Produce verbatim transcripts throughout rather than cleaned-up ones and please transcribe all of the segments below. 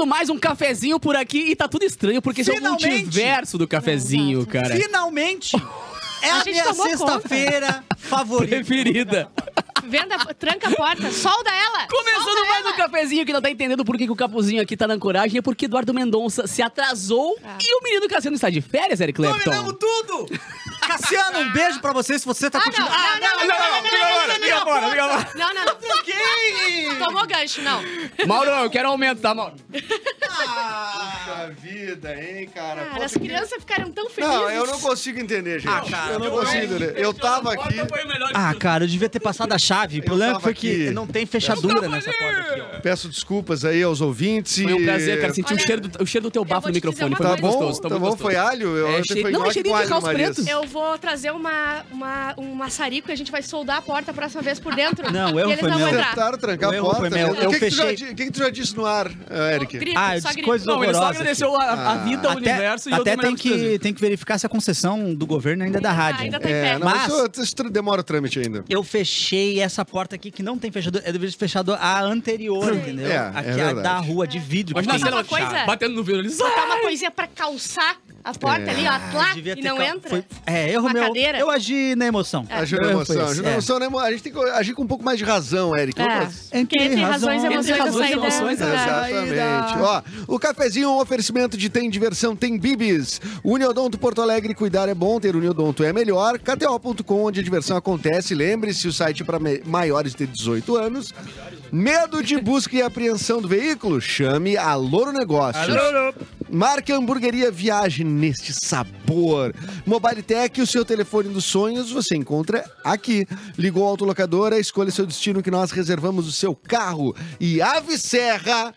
mais um cafezinho por aqui e tá tudo estranho, porque esse é o Finalmente. multiverso do cafezinho, cara. Finalmente! É a, A gente minha tomou sexta-feira favorita. Preferida. Venda, tranca a porta, solda ela! Começando solda mais ela. um cafezinho que não tá entendendo por que, que o Capuzinho aqui tá na ancoragem. É porque Eduardo Mendonça se atrasou Ah. e o menino Cassiano está de férias, Eric Clapton. Dominamos tudo! Cassiano, um beijo pra você se você tá Ah, curtindo. não, não, não, não, não, não, não, não, Liga agora, liga agora. não, não, não. Ok! Tomou gancho, não. Mauro, eu quero aumento, tá, Mauro? Puxa vida, hein, cara. Cara, Pô, as que- crianças ficaram tão felizes. Não, eu não consigo entender, gente. Ah, cara, eu não eu- consigo entender. Eu tava aqui. Ah, cara, eu devia ter passado a chave. O problema tava foi que aqui. não tem fechadura nessa porta aqui, ó. Peço desculpas aí aos ouvintes. Foi um e- prazer, cara. Senti o Olha, cheiro, do, o cheiro do teu bafo vou no te dizer microfone. uma Foi Tá muito coisa. bom? gostoso. Tá Tá muito bom? gostoso. Foi alho? Eu É, ontem cheiro- foi não, é nhoque cheirinho com de alho, calços Marias. pretos. Eu vou trazer uma, uma, um maçarico e a gente vai soldar a porta a próxima vez por dentro. Não, o erro e eles foi não vão meu. entrar. Tentaram trancar O a erro porta. foi meu. né? Eu O que, que, tu já, fechei- di- o que que tu já disse no ar, eh, Eric? Grito, Ah, eu só disse grito. coisas Não, ele só horrorosas agradeceu a, a Ah. vida, o Até, universo e eu até dei o tem melhor que que, tem que verificar se a concessão do governo ainda é da rádio. ainda tá em É, pé. não, Mas- isso, isso demora o trâmite ainda. Eu fechei essa porta aqui que não tem fechador. Eu deveria ter fechado a anterior, entendeu? É, é Aqui a verdade. da rua de vidro. Imagina a que cena, uma coisa- batendo no vidro. Ele Botar uma coisinha pra calçar a porta É. ali, ó, lá, devia e ter não cal- entra. foi- É, erro Uma meu. cadeira. Eu agi na emoção. Agir Meu na erro foi emoção. esse, Agir na é. emoção, né? A gente tem que agir com um pouco mais de razão, Eric. É. Vamos- Entre Porque entre razões e razões- emoções, razões e a emoções, saída... Exatamente. Ó, o cafezinho é um oferecimento de Tem Diversão, Tem Bibis. Uniodonto Porto Alegre, cuidar é bom, ter Uniodonto é melhor. K T O ponto com, onde a diversão acontece. Lembre-se, o site para maiores de dezoito anos. Medo de busca e apreensão do veículo? Chame a Louro Negócios. Marque a Hamburgueria Viagem neste sabor. Mobile Tech, o seu telefone dos sonhos, você encontra aqui. Ligou a autolocadora, escolha seu destino que nós reservamos o seu carro. E Ave Serra...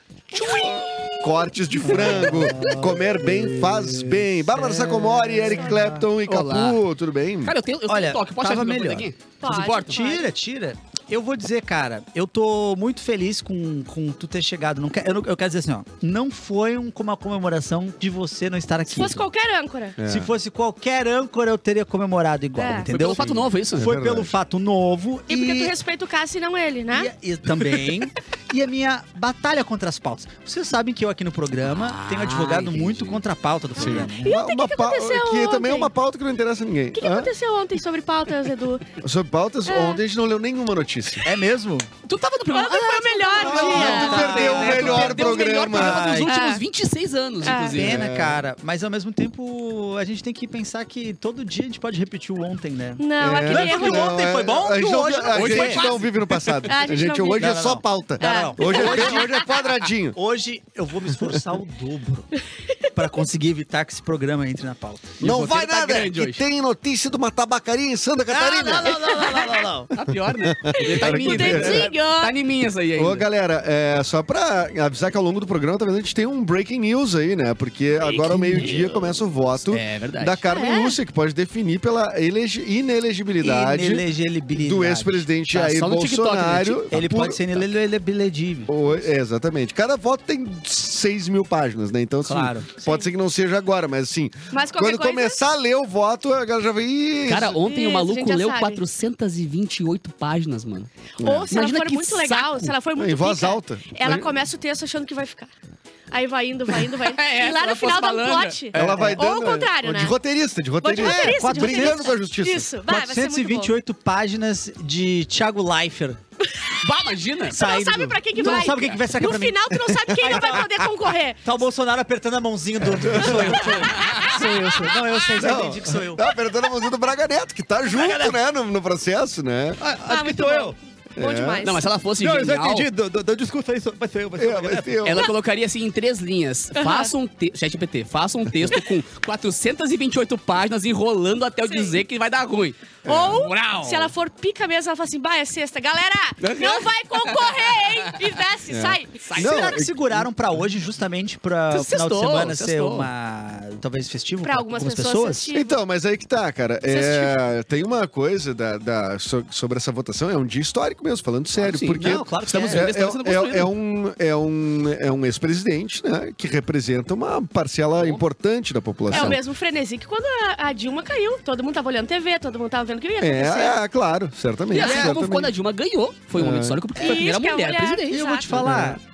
Cortes de frango. Comer bem faz bem. Bárbara Sacomori, Eric Clapton e Olá. Capu, tudo bem? Cara, eu tenho, eu Olha, tenho toque. Posso tava achar que melhor. aqui? Pode, Não se importa? pode. Tira, tira. Eu vou dizer, cara, eu tô muito feliz com, com tu ter chegado. Não, quer- eu, não- eu quero dizer assim, ó. Não foi um- uma comemoração de você não estar aqui. Se fosse qualquer âncora. É. Se fosse qualquer âncora, eu teria comemorado igual, É. Foi entendeu? pelo fato novo, é isso? Foi verdade. pelo fato novo E porque tu respeita o Cássio e não ele, né? E, e também. E a minha batalha contra as pautas. Vocês sabem que eu aqui no programa Ah, tenho advogado entendi. muito contra a pauta do programa. né? E ontem, o que que pau- aconteceu que também é ontem? uma pauta que não interessa a ninguém. O que, que Hã? aconteceu ontem sobre pautas, Edu? Sobre pautas, É. ontem a gente não leu nenhuma notícia. É mesmo? Tu tava no programa. Ontem foi o melhor Ah, dia. tu perdeu o né? Tu melhor perdeu o melhor programa. programa dos Ai. últimos É. vinte e seis anos, É. inclusive. Pena, É. cara. Mas ao mesmo tempo, a gente tem que pensar que todo dia a gente pode repetir o ontem, né? Não, É, aquele porque erro... o ontem foi bom, A gente, o não, hoje a não gente foi não fácil. vive no passado. Ah, a A gente gente não hoje vive. é Não, não, só não. pauta. Não, não, não. Hoje, é, hoje é quadradinho. Hoje eu vou me esforçar o dobro pra conseguir evitar que esse programa entre na pauta. E o Não roteiro vai tá nada, grande que hoje. tem notícia de uma tabacaria em Santa Catarina. não, não, não, não, não, não. Tá pior, né? Tá em mim, O né? dedinho. Tá em mim essa aí ainda. Ô, galera, é, só pra avisar que ao longo do programa, talvez a gente tenha um breaking news aí, né? Porque agora ao meio-dia começa o voto É verdade. da Carmen É. Lúcia, que pode definir pela elegi- inelegibilidade Inelegibilidade. do ex-presidente Tá Jair só no TikTok, né? Bolsonaro. Ele por- pode ser inelegibilidível. O- é, exatamente. Cada voto tem seis mil páginas, né? Então, assim, Claro. pode ser que não seja agora, mas assim, Mas qualquer quando coisa... começar a ler o voto, a galera já vai. "Ih, Cara, isso- ontem Isso, o a maluco gente já leu sabe. quatrocentas e vinte e oito páginas, mano. Ou se Imagina ela for que muito legal, saco. se ela for muito Em voz rica, alta. ela Imagina- começa o texto achando que vai ficar. Aí vai indo, vai indo, vai indo. É, e se lá ela no fosse final dá um malandra. plot. Ela vai Ou dando. o contrário, de né? roteirista, de Ou de roteirista. roteirista, É, de brigando roteirista. com a justiça. Isso, vai, vai ser muito quatrocentas e vinte e bom. oito páginas de Thiago Leifert. Bah, imagina. Tu não saindo sabe do- pra quem que Tu vai. não sabe quem que vai sacar No pra mim. final, tu não sabe quem não vai poder concorrer. Tá o Bolsonaro apertando a mãozinha do... do- Sou eu, sou eu. Sou eu, sou eu. Não, eu sei, já entendi que sou eu. Tá apertando a mãozinha do Braga Neto, que tá junto, né, no, no processo, né? Ah, muito bom. Bom É. demais. Não, mas se ela fosse Não, eu já genial, entendi. Do, do, do discurso aí, vai ser eu, vai ser É, eu. vai ser eu. ela colocaria assim em três linhas. Faça um texto, ChatGPT, faça um texto com quatrocentas e vinte e oito páginas enrolando até eu Sim. dizer que vai dar ruim. Ou, Uau. se ela for pica mesmo, ela fala assim, bah, é sexta. Galera, não vai concorrer, hein? E desce, sai. Sai. Não, Será que é- seguraram pra hoje justamente pra o final de Sextou, semana ser sextou. uma... talvez festivo Pra algumas pessoas, festivo. Então, mas aí que tá, cara. É, tem uma coisa da, da- so- sobre essa votação, é um dia histórico mesmo, falando sério. sim. Porque Não, claro que Estamos é. vendo é, a história sendo é- construída. é um, é, um, é um ex-presidente, né? Que representa uma parcela importante da É população. o mesmo frenesi que quando a, a Dilma caiu. Todo mundo tava olhando T V, todo mundo tava vendo o que ia acontecer. É, é, claro, certamente. E assim como certamente. quando a Dilma ganhou, foi um momento É. histórico porque foi a Isso, primeira que é a mulher mulher. presidente. E eu vou te Exato. falar,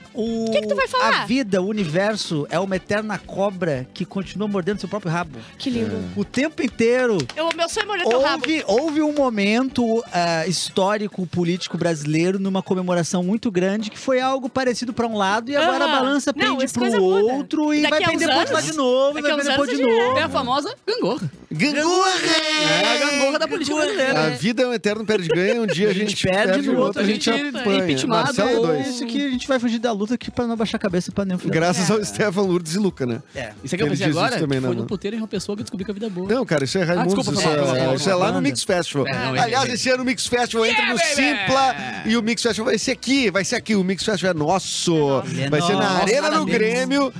O que que tu vai falar? A vida, o universo, é uma eterna cobra que continua mordendo seu próprio rabo. Que lindo. O tempo inteiro. Eu, meu sonho é molhar teu rabo. Houve, houve um momento ah, histórico, político brasileiro, numa comemoração muito grande, que foi algo parecido pra um lado, e agora Aham. a balança Não, pende essa pro coisa muda. outro, e Daqui vai a uns pender depois lá anos- de novo, e daqui a vai uns pender depois anos de já novo. É a famosa gangorra. Gangorra! É a gangorra da política brasileira. A vida é um eterno perde-ganha, um dia a gente, perde, no outro a gente a gente é apanha. impeachmentado Marcelo ou- dois. Isso que a gente vai fugir da luta aqui pra não baixar a cabeça pra nenhum final. Graças ao Stefan, Lourdes e Luca, né? É. Isso aqui eu Ele pensei diz isso agora, também, foi né, no puteiro em uma pessoa que eu descobri que a vida é boa. Não, cara, isso é Raimundos, desculpa, isso, foi mal, é, foi mal, isso é lá banda. no Mix Festival. É, não, Aliás, é, é. esse ano o Mix Festival entra Yeah, no baby! Simpla e o Mix Festival vai ser aqui, vai ser aqui. O Mix Festival é nosso. É Vai ser na nosso, Arena do parabéns. Grêmio,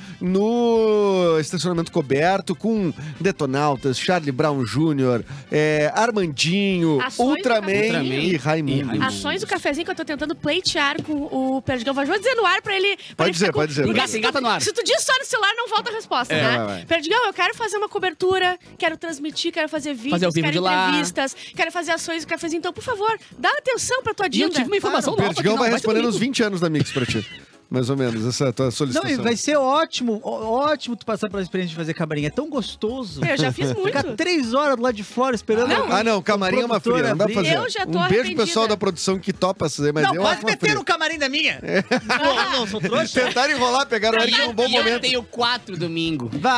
no estacionamento coberto, com Detonautas, Charlie Brown Júnior, é, Armandinho, Ações do Ultraman, Ultraman e Raimundo. e Raimundo. Ações do cafezinho que eu tô tentando pleitear com o Perdigão. Vou dizer no ar pra ele. pra Pode ele dizer, ficar com- pode dizer. Porque Engata, se tu- engata no ar. Se tu diz só no celular, não volta a resposta, É, né? vai, vai. Perdigão, eu quero fazer uma cobertura, quero transmitir, quero fazer vídeos, Fazer ao vivo quero de lá. entrevistas, quero fazer ações do cafezinho. Então, por favor, dá atenção pra tua E eu dinda. tive uma informação O nova. Perdigão que vai não responder ter nos domingo. vinte anos da Mix pra ti. Mais ou menos, essa tua Não, solicitação. e vai ser ótimo, ó- ótimo tu passar pela experiência de fazer camarim. É tão gostoso. Eu já fiz muito. Ficar três horas do lado de fora esperando. Não. Ah, não, camarim é uma produtor fria, não dá pra abrir. fazer. Eu já tô um beijo pro arrependida. pessoal da produção que topa fazer, mas Não, eu quase acho uma meteram fria. o camarim da minha. Não, não, sou trouxa. Tentaram enrolar, pegaram o Eric num bom E eu momento. tenho quatro domingo. Vai.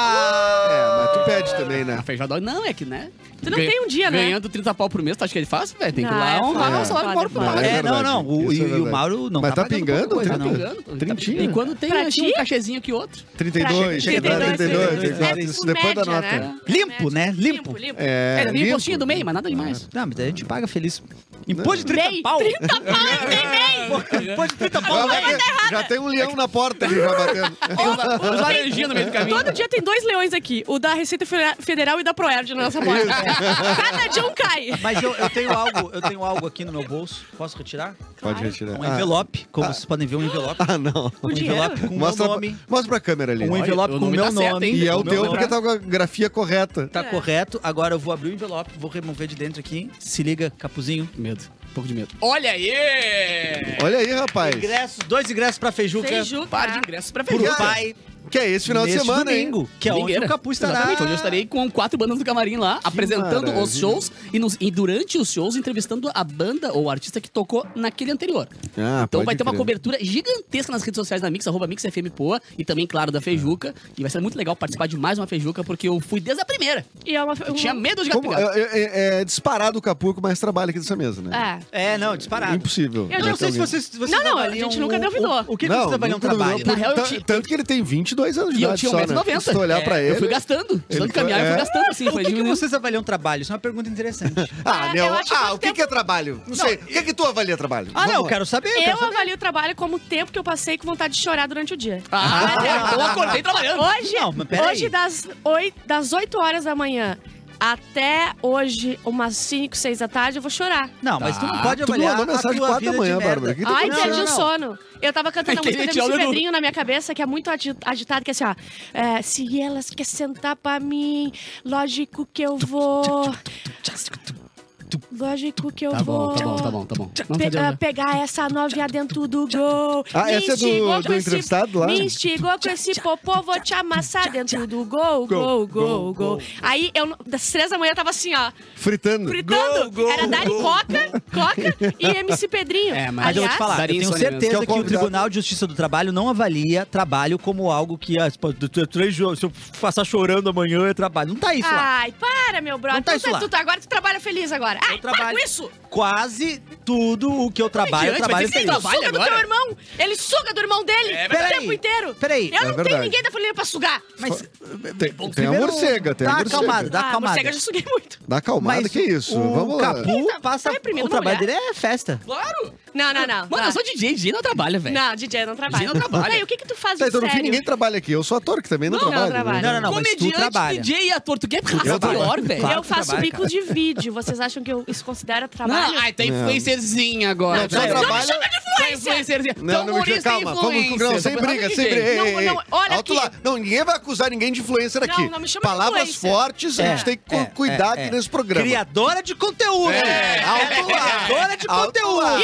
É, mas tu pede também, né? A feijoada não, é que, né? Tu não tem um dia, né? Ganhando trinta pau por mês, tu acha que ele faz, velho? Tem que ir Ah, lá é honrar foda, o salário foda, embora pro foda. pai. É É, não, verdade. não. O, Isso e, é e o verdade. Mauro não Mas tá pagando pingando? pouca coisa, Tá não. pingando. tá- Trintinho. E quando tem, Pra assim, ti? um cachezinho que outro. trinta e dois, Pra- chega pra trinta e dois, trinta e dois, trinta e dois. exato. Isso Por depois da média, nota. né? Limpo, Por né? média. Limpo. Limpo, limpo. É, É, tem limpo. impostinho do meio, mas nada demais. Não, mas a gente paga feliz. Imposto de trinta Mei, pau. trinta pau, tem mei. Imposto de trinta Já, pau. vai ter- já tem um leão na porta ali já batendo. Tem os, os laranjinhos no meio do caminho. Todo dia tem dois leões aqui, o da Receita Fe- Federal e da Proerd na nossa porta. Cada dia um cai. Mas eu, eu tenho algo, eu tenho algo aqui no meu bolso. Posso retirar? Pode retirar. Um envelope, como vocês podem ver, um envelope. Ah, não. Um dinheiro? envelope com o meu Mostra, nome. mostra pra câmera ali. Um Olha, envelope o com o nome meu tá certo, nome. hein? E é o meu teu nome. porque tá com a grafia correta. Tá correto. Agora eu vou abrir o envelope, vou remover de dentro aqui. Se liga, capuzinho. Medo. Um pouco de medo. Olha aí! Olha aí, rapaz. Ingressos, dois ingressos pra Feijuca. Feijuca. Par de ingressos pra Pro feijoada. pai. Que é esse final de neste semana, hein? domingo, que é onde Domingueira. o Capu estará. Exatamente, onde eu estarei com quatro bandas do camarim lá, apresentando maravilha. os shows e, nos- e durante os shows entrevistando a banda ou o artista que tocou naquele anterior. Ah, Então pode vai ter uma crer. cobertura gigantesca nas redes sociais da Mix, arroba MixFMPoa, e também, claro, da Feijuca. E vai ser muito legal participar de mais uma Feijuca, porque eu fui desde a primeira. E é uma... Eu tinha medo de gato Como, pingado. é, é- é disparado o Capu que mais trabalha aqui dessa mesa, né? É. É, não, disparado. Impossível. Eu Eu já não sei se Alguém. vocês, vocês Não, não, a avaliam gente nunca o- duvidou. O, o que, que Não, vocês avaliam o nunca trabalho? duvidou. Na real, eu Tan- ti- Tanto que ele tem vinte e dois anos de E eu idade tinha um só, metro e né? noventa. Se tu olhar É, pra Eu ele... fui gastando. De Ele tanto foi- caminhar, eu fui é. gastando, assim. O foi que, que diminuindo. vocês avaliam trabalho? Isso é uma pergunta interessante. Ah, É, Nel, eu acho que ah, quanto o que, tempo- que é trabalho? Não, sei. O que, que tu avalia trabalho? Ah, não, Vamos eu lá. quero saber. Eu, quero Eu saber. avalio o trabalho como o tempo que eu passei com vontade de chorar durante o dia. Ah, é, eu acordei trabalhando. Hoje, Não, mas peraí. hoje das, oito, das oito horas da manhã até hoje, umas cinco, seis da tarde, eu vou chorar. Não, mas tu não Tá. pode Tu avaliar mandou mensagem a tua quatro da vida manhã, de merda. Bárbara. Que tá Ai, acontecendo? perdi o não. sono. Eu tava cantando a música do Internet M C olha no- Pedrinho na minha cabeça, que é muito agi- agitada, que é assim, ó. É, se elas querem sentar pra mim, lógico que eu vou. Lógico que eu Tá vou. bom, tá bom, tá bom, tá bom. Vamos Pe- fazer ah, um- pegar essa novinha dentro do gol. Ah, Me essa é do- instigou do com esse- entrevistado lá? Me instigou com esse popô, vou te amassar dentro do gol, gol, gol, gol. Aí, eu, das três da manhã, eu tava assim, ó, Fritando. fritando. Gol, gol, Era Dali gol. Coca, Coca e M C Pedrinho. É, mas Mas eu vou te Aliás, falar, eu Daria tenho insônia certeza mesmo. que, Que é o o convidado. Tribunal de Justiça do Trabalho não avalia trabalho como algo que, ah, pô, tu- tu- três jo- se eu passar chorando amanhã é trabalho. Não tá isso lá. Ai, para, meu brother. Não tá Tu isso lá. tu, agora tu trabalha feliz agora. Ai, para trabalho- com isso. Quase tudo o que eu trabalho, eu adiante, trabalho vai ter que feliz. trabalhar. Suga do agora? teu irmão. Ele suga do irmão dele É o verdade. tempo inteiro. Peraí, Eu não é tenho verdade. ninguém da família pra sugar. Mas Tem, tem a primeiro, morcega, tem dá a uma morcega. acalmada, dá ah, acalmada. morcega eu já suguei muito. Dá acalmada, Mas que isso? O Vamos lá. Capu Tá- passa... tá reprimindo o trabalho mulher? dele é festa. Claro! Não, não, não. Mano, não. eu sou D J, D J não trabalha, velho. Não, D J não trabalha. D J não trabalha. Ei, o que que tu faz Tá, de então no fim sério? ninguém trabalha aqui. Eu sou ator que também não, Não, não trabalha. trabalha. né? Não, não, não, mas tu Comediante, trabalha. D J e ator, tu quer raça Eu trabalho. pior, velho. Claro Eu que faço trabalha, bicos de vídeo. Vocês acham que eu, isso considera trabalho? Não, ai, tá Não. influencerzinha agora. Não, tá só influencer. trabalha- Não me chama de influencer! influencerzinha. Não, Então, não me humorista chama. Calma, vamos com influencer. não, sem Tô briga, falando sem de briga. D J. Ei, Não, ei, não, olha alto aqui. lá. Não, ninguém vai acusar ninguém de influencer aqui. Não, não me chama de Palavras influencer. fortes, a gente tem que cu- cuidar aqui nesse programa. Criadora de conteúdo. É, alto lá. Criadora de Alto conteúdo. lá. E pouco,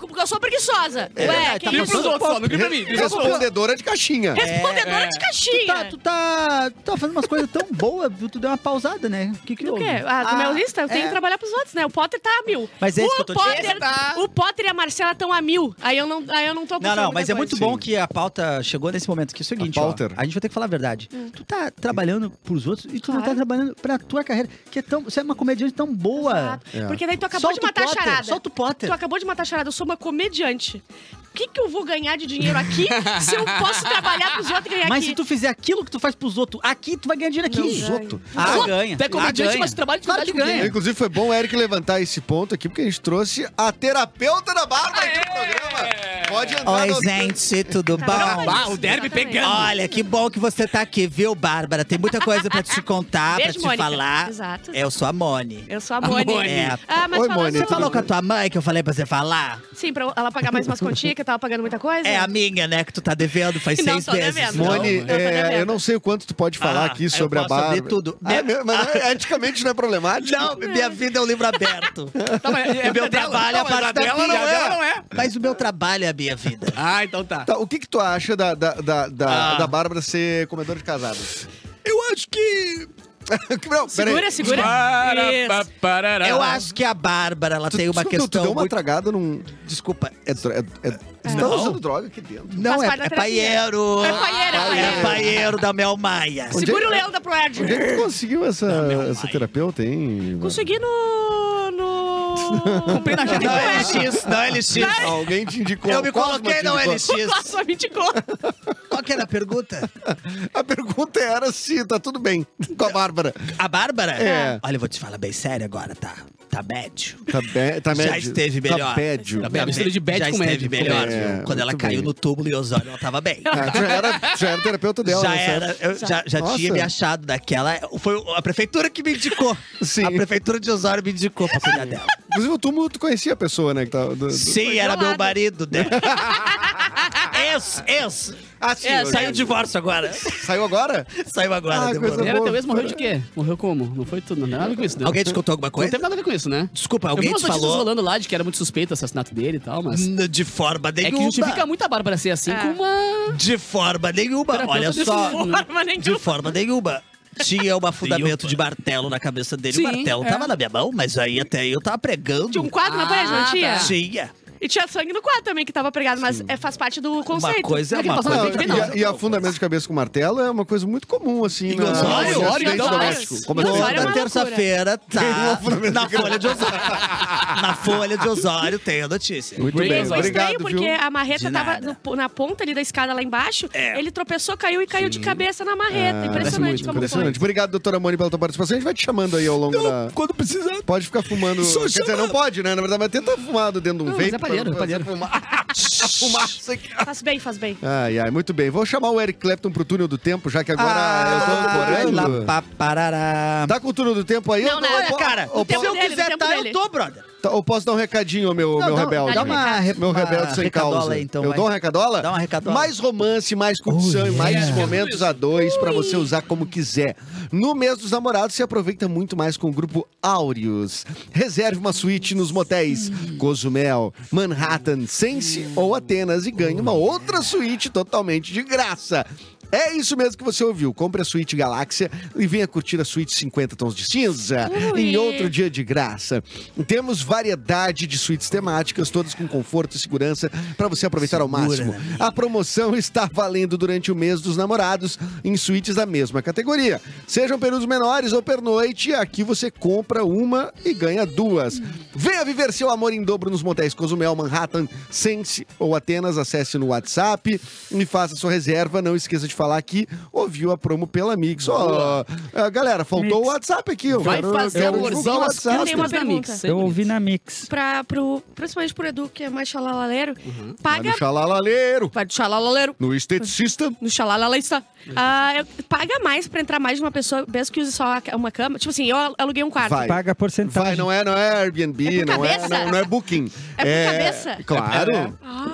porque eu sou preguiçosa. É Ué, verdade, que tá Cria isso? pros outros, só, não cria pra mim. Cria pros outros. Respondedora de caixinha. Respondedora É, de Tu caixinha. tá, tu tá, tu tá fazendo umas coisas tão boas, tu deu uma pausada, né? O que que Do houve? quê? Ah, do meu lista, eu tenho é. que trabalhar pros outros, né? O Potter tá a mil. Mas é isso o que eu tô Potter, dizendo. Tá. O Potter e a Marcela estão a mil. Aí eu não, aí eu não tô Não, puxando não, muita mas é muito coisa. bom Sim. que a pauta chegou nesse momento, que é o seguinte, A ó, pauta. a gente vai ter que falar a verdade. Tu tá trabalhando pros outros e tu não tá Claro. trabalhando pra tua carreira, que é tão, você é uma comediante tão boa. Exato. É. Porque daí tu acabou Solta de matar o Potter, a charada. solta o Potter. Tu acabou de matar a charada. Eu sou uma comediante. O que, que eu vou ganhar de dinheiro aqui se eu posso trabalhar pros outros e ganhar Mas aqui? se tu fizer aquilo que tu faz pros outros, aqui tu vai ganhar dinheiro aqui. Não Os ganho. outros. Ah, Pô, ganha. tu é comediante, Ah, ganha. mas tu trabalha de Claro que verdade com ganha. Inclusive, foi bom o Eric levantar esse ponto aqui, porque a gente trouxe a terapeuta da Bárbara aqui no programa. Pode entrar Oi, no... gente, tudo Tá bom? bom? Ah, o derby Exatamente. pegando. Olha, que bom que você tá aqui, viu, Bárbara? Tem muita coisa pra te contar, Beijo, pra te Mônica. falar. Exato. Eu sou a Moni. Eu sou a Moni. Moni. É. Ah, mas Oi, falando... Moni, Você tudo falou com a tua mãe que eu falei pra você falar? Sim, pra ela pagar mais umas continhas, que eu tava pagando muita coisa. É a minha, né, que tu tá devendo faz Não, seis tô meses. devendo. Moni, Não, não, é, tá devendo. eu não sei o quanto tu pode falar Ah, aqui eu sobre a posso abrir Bárbara. tudo. Ah, é mesmo? Mas não é- eticamente não é problemático? Não, minha vida é um livro aberto. Tá, mas é meu dela. trabalho é a Não, mas parte da dela minha. não é. Dela não é. Mas o meu trabalho é a minha vida. Ah, então tá. Tá, o que que tu acha da, da, da, da, Ah. da Bárbara ser comedora de casadas? Eu acho que... Não, peraí. Segura, segura. Para, Isso. pa, parará. Eu acho que a Bárbara, ela Tu, tem uma tu, questão tu deu uma muito... tragada num... Desculpa. É, dro- é, é, Você tá Não. usando droga aqui dentro. Não, Faz é, parte da é terapia. paieiro. É paieiro, é É paieiro. paieiro da Mel Maia. Onde Segura é- o leão da Proerd. Onde é que tu conseguiu essa, meu essa pai. terapeuta, hein? Consegui no... no... Comprei na Não é L X, não é L X. Alguém te indicou. Eu me Cosma coloquei te no indicou. L X. Nossa, me indicou. Qual que era a pergunta? A pergunta era se tá tudo bem com a Bárbara. A Bárbara? É. Olha, eu vou te falar bem sério agora, tá? Tá médio. Tá, be, tá Já médio. esteve melhor. Tá médio. Tá bem, a mistura de bad Já com esteve médio. melhor, É, viu? Quando ela muito caiu bem. no túmulo e Osório, ela tava bem. Ah, já, era, já era terapeuta dela, Já né, era, certo? eu já, já Nossa. tinha me achado daquela. Foi a prefeitura que me indicou. Sim. A prefeitura de Osório me indicou pra cuidar dela. Inclusive, o túmulo, tu conhecia a pessoa, né? Que tá, do, do... Sim, era gelado. meu marido, né? Ex, ex. Ah, sim. É, eu- Saiu o divórcio agora. Saiu agora? Saiu agora, Ah, demorou. coisa Era boa. teu ex, morreu de quê? Morreu como? Não foi tudo, não tem nada a ver com isso, né? Alguém te contou alguma Não coisa? teve nada a ver com isso, né? Desculpa, Eu vi alguém umas te notícias falou? rolando lá de que era muito suspeito o assassinato dele e tal, mas... N- De forma É nenhuma. que justifica muito a Bárbara ser assim É. com uma... De forma nenhuma. Terapeuta Olha desse só. mundo, né? Forma nenhuma. De forma nenhuma. Tinha um fundamento de martelo na cabeça dele. Sim, o martelo é. tava na minha mão, mas aí até eu tava pregando. Tinha um quadro na parede, não Ah, tinha? tá. Tinha. E tinha sangue no quadro também, que tava pregado, mas é, faz parte do conceito. Uma coisa é Não é que uma ele passou coisa. na Não, frente, e, a- e afundamento de cabeça com martelo é uma coisa muito comum, assim, na, Osório? no Osório, acidente então, doméstico. Como Em assim? Osório é uma Toda loucura. terça-feira tá afundamento na de Folha de Osório. Na Folha de Osório tem a notícia. Muito Breaking bem, News. Foi obrigado, estranho, porque viu? a marreta De tava nada. no- na ponta ali da escada lá embaixo. É. Ele tropeçou, caiu e caiu de cabeça na marreta. Ah, Impressionante muito, como Impressionante. Obrigado, doutora Moni, pela tua participação. A gente vai te chamando aí ao longo da... Quando precisar. Pode ficar fumando. Só Quer dizer, chamar. não pode, né? Na verdade, mas tenta fumar dentro de um Não, vape. mas é palheiro, pra- pra palheiro. você fumar. A fumaça aqui. foi. Faz bem, faz bem. Ai, ai, muito bem. Vou chamar o Eric Clapton pro túnel do tempo, já que agora Ah, eu tô lá, namorando. pa, parará. Tá com o túnel do tempo aí? Não, Ou- não, ou- olha, ou- Cara, ou- o tempo se eu dele, quiser o tempo tá, dele. eu tô, brother. Tá, ou posso dar um recadinho, meu, Não, meu dá- rebelde? dá uma re- Meu uma rebelde sem recadola causa. aí, então, eu vai. dou uma recadola? Dá uma recadola. Mais romance, mais curtição e mais momentos a dois pra você usar como quiser. No mês dos namorados, você aproveita muito mais com o grupo Áureos. Reserve uma suíte nos motéis Cozumel, Manhattan, Sense ou Atenas e ganhe uma outra suíte totalmente de graça. É isso mesmo que você ouviu. Compre a suíte Galáxia e venha curtir a suíte cinquenta tons de cinza Ui. em outro dia de graça. Temos variedade de suítes temáticas, todas com conforto e segurança para você aproveitar ao Segura, máximo. né, A promoção está valendo durante o mês dos namorados em suítes da mesma categoria. Sejam períodos menores ou pernoite, aqui você compra uma e ganha duas. Venha viver seu amor em dobro nos motéis Cozumel, Manhattan, Sense ou Atenas. Acesse no WhatsApp e faça sua reserva. Não esqueça de falar que ouviu a promo pela Mix. Ó, ah, galera, faltou o WhatsApp aqui. Eu Vai quero, fazer quero amorzinho divulgar o às WhatsApp. Eu tenho uma custas da pergunta. Mix. Eu ouvi na Mix. Pra, pro, principalmente pro Edu, que é mais xalalaleiro. Vai Paga. no xalalaleiro, Vai do xalalaleiro. no esteticista. No xalalalista. Ah, eu- paga mais pra entrar mais de uma pessoa, mesmo que use só uma cama. Tipo assim, eu aluguei um quarto. Vai. Paga a porcentagem. Vai, não é, não é Airbnb, É por não, é, cabeça? não, não é Booking. É por cabeça? Claro. Ah,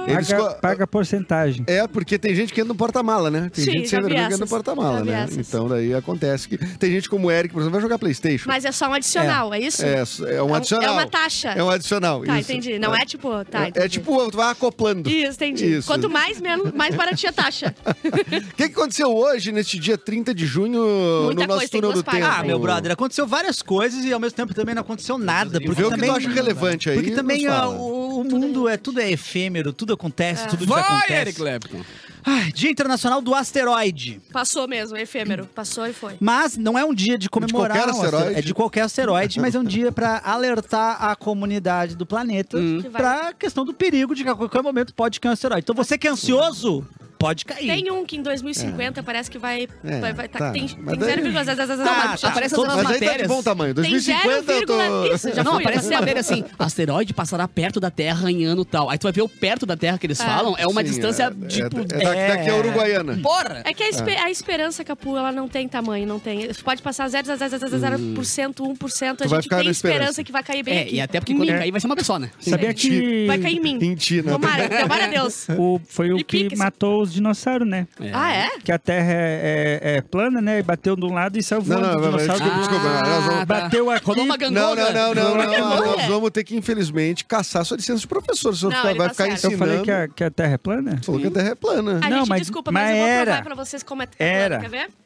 Eles Paga, co- paga porcentagem. É, porque tem gente que entra no porta-mala, né? Tem Sim, gente já sem vi vergonha que entra no essas. porta-mala, Já vi né? essas. Então daí acontece que tem gente como o Eric, por exemplo, vai jogar PlayStation. Mas é só um adicional, é, isso? É, é um adicional. É uma taxa. É um adicional. Tá, isso. entendi. Não é, tipo... Tá, É, entendi. é tipo, tu vai acoplando. Isso, entendi. Isso. Quanto mais, menos, mais baratinha a taxa. O que, que aconteceu hoje, neste dia trinta de junho, Muita no nosso coisa, tem túnel do duas tempo? partes, Ah, meu brother, aconteceu várias coisas e ao mesmo tempo também não aconteceu nada. Porque Vê o que também, tu acha relevante aí. Porque também nos ah, fala. o, o mundo é tudo é efêmero, tudo acontece, tudo Vai, desacontece. Eric Clapton. Ai, Dia Internacional do Asteroide. Passou mesmo, é efêmero. Passou e foi. Mas não é um dia de comemorar. qualquer um asteroide. asteroide. É de qualquer asteroide, mas é um dia pra alertar a comunidade do planeta Que vai- pra questão do perigo de que a qualquer momento pode cair um asteroide. Então você que é ansioso, pode cair. Tem um que em dois mil e cinquenta parece que vai... É, vai, vai tá, tá. tem Mas tem daí- zero vírgula zero zero zero Tá, zero. tá. Aparece Todas as Mas aí tá de matérias. bom tamanho. Tem dois mil e cinquenta eu tô... zero, isso, já Não, fui, aparece já uma fui. matéria assim, asteroide passará perto da Terra em ano tal. Aí tu vai ver o perto da Terra que eles É. falam, é uma Sim, distância, é, tipo... É, é, da- é- daqui a Uruguaiana. Porra! É que a, espe- a esperança, Capu, ela não tem tamanho, não tem. Pode passar zero vírgula zero zero zero por cento, um por cento, a Tu vai gente ficar tem na esperança. esperança. que vai cair bem É, aqui. e até porque quando Em mim. cair vai ser uma pessoa, né? Sabia que Vai cair em mim. Em ti, né? Tomara, tomara a Deus. o, foi o E que pica, matou os dinossauros, né? Ah, é? Que a Terra é, é- é plana, né? E bateu de um lado e saiu Não, voando. não, o não, dinossauro desculpa, desculpa, nós vamos- tá. bateu aqui. Rolou uma Não, gangorra. não, não, não, não, Não, não. não. Nós vamos ter que, infelizmente, caçar sua licença de professor. O senhor Não, vai ele tá ficar certo. Eu ensinando. falei que a, que a Terra é plana? Falou que a Terra é plana. A Não, gente, mas- desculpa, mas, mas eu vou era. provar pra vocês como é. Era. Quer ver?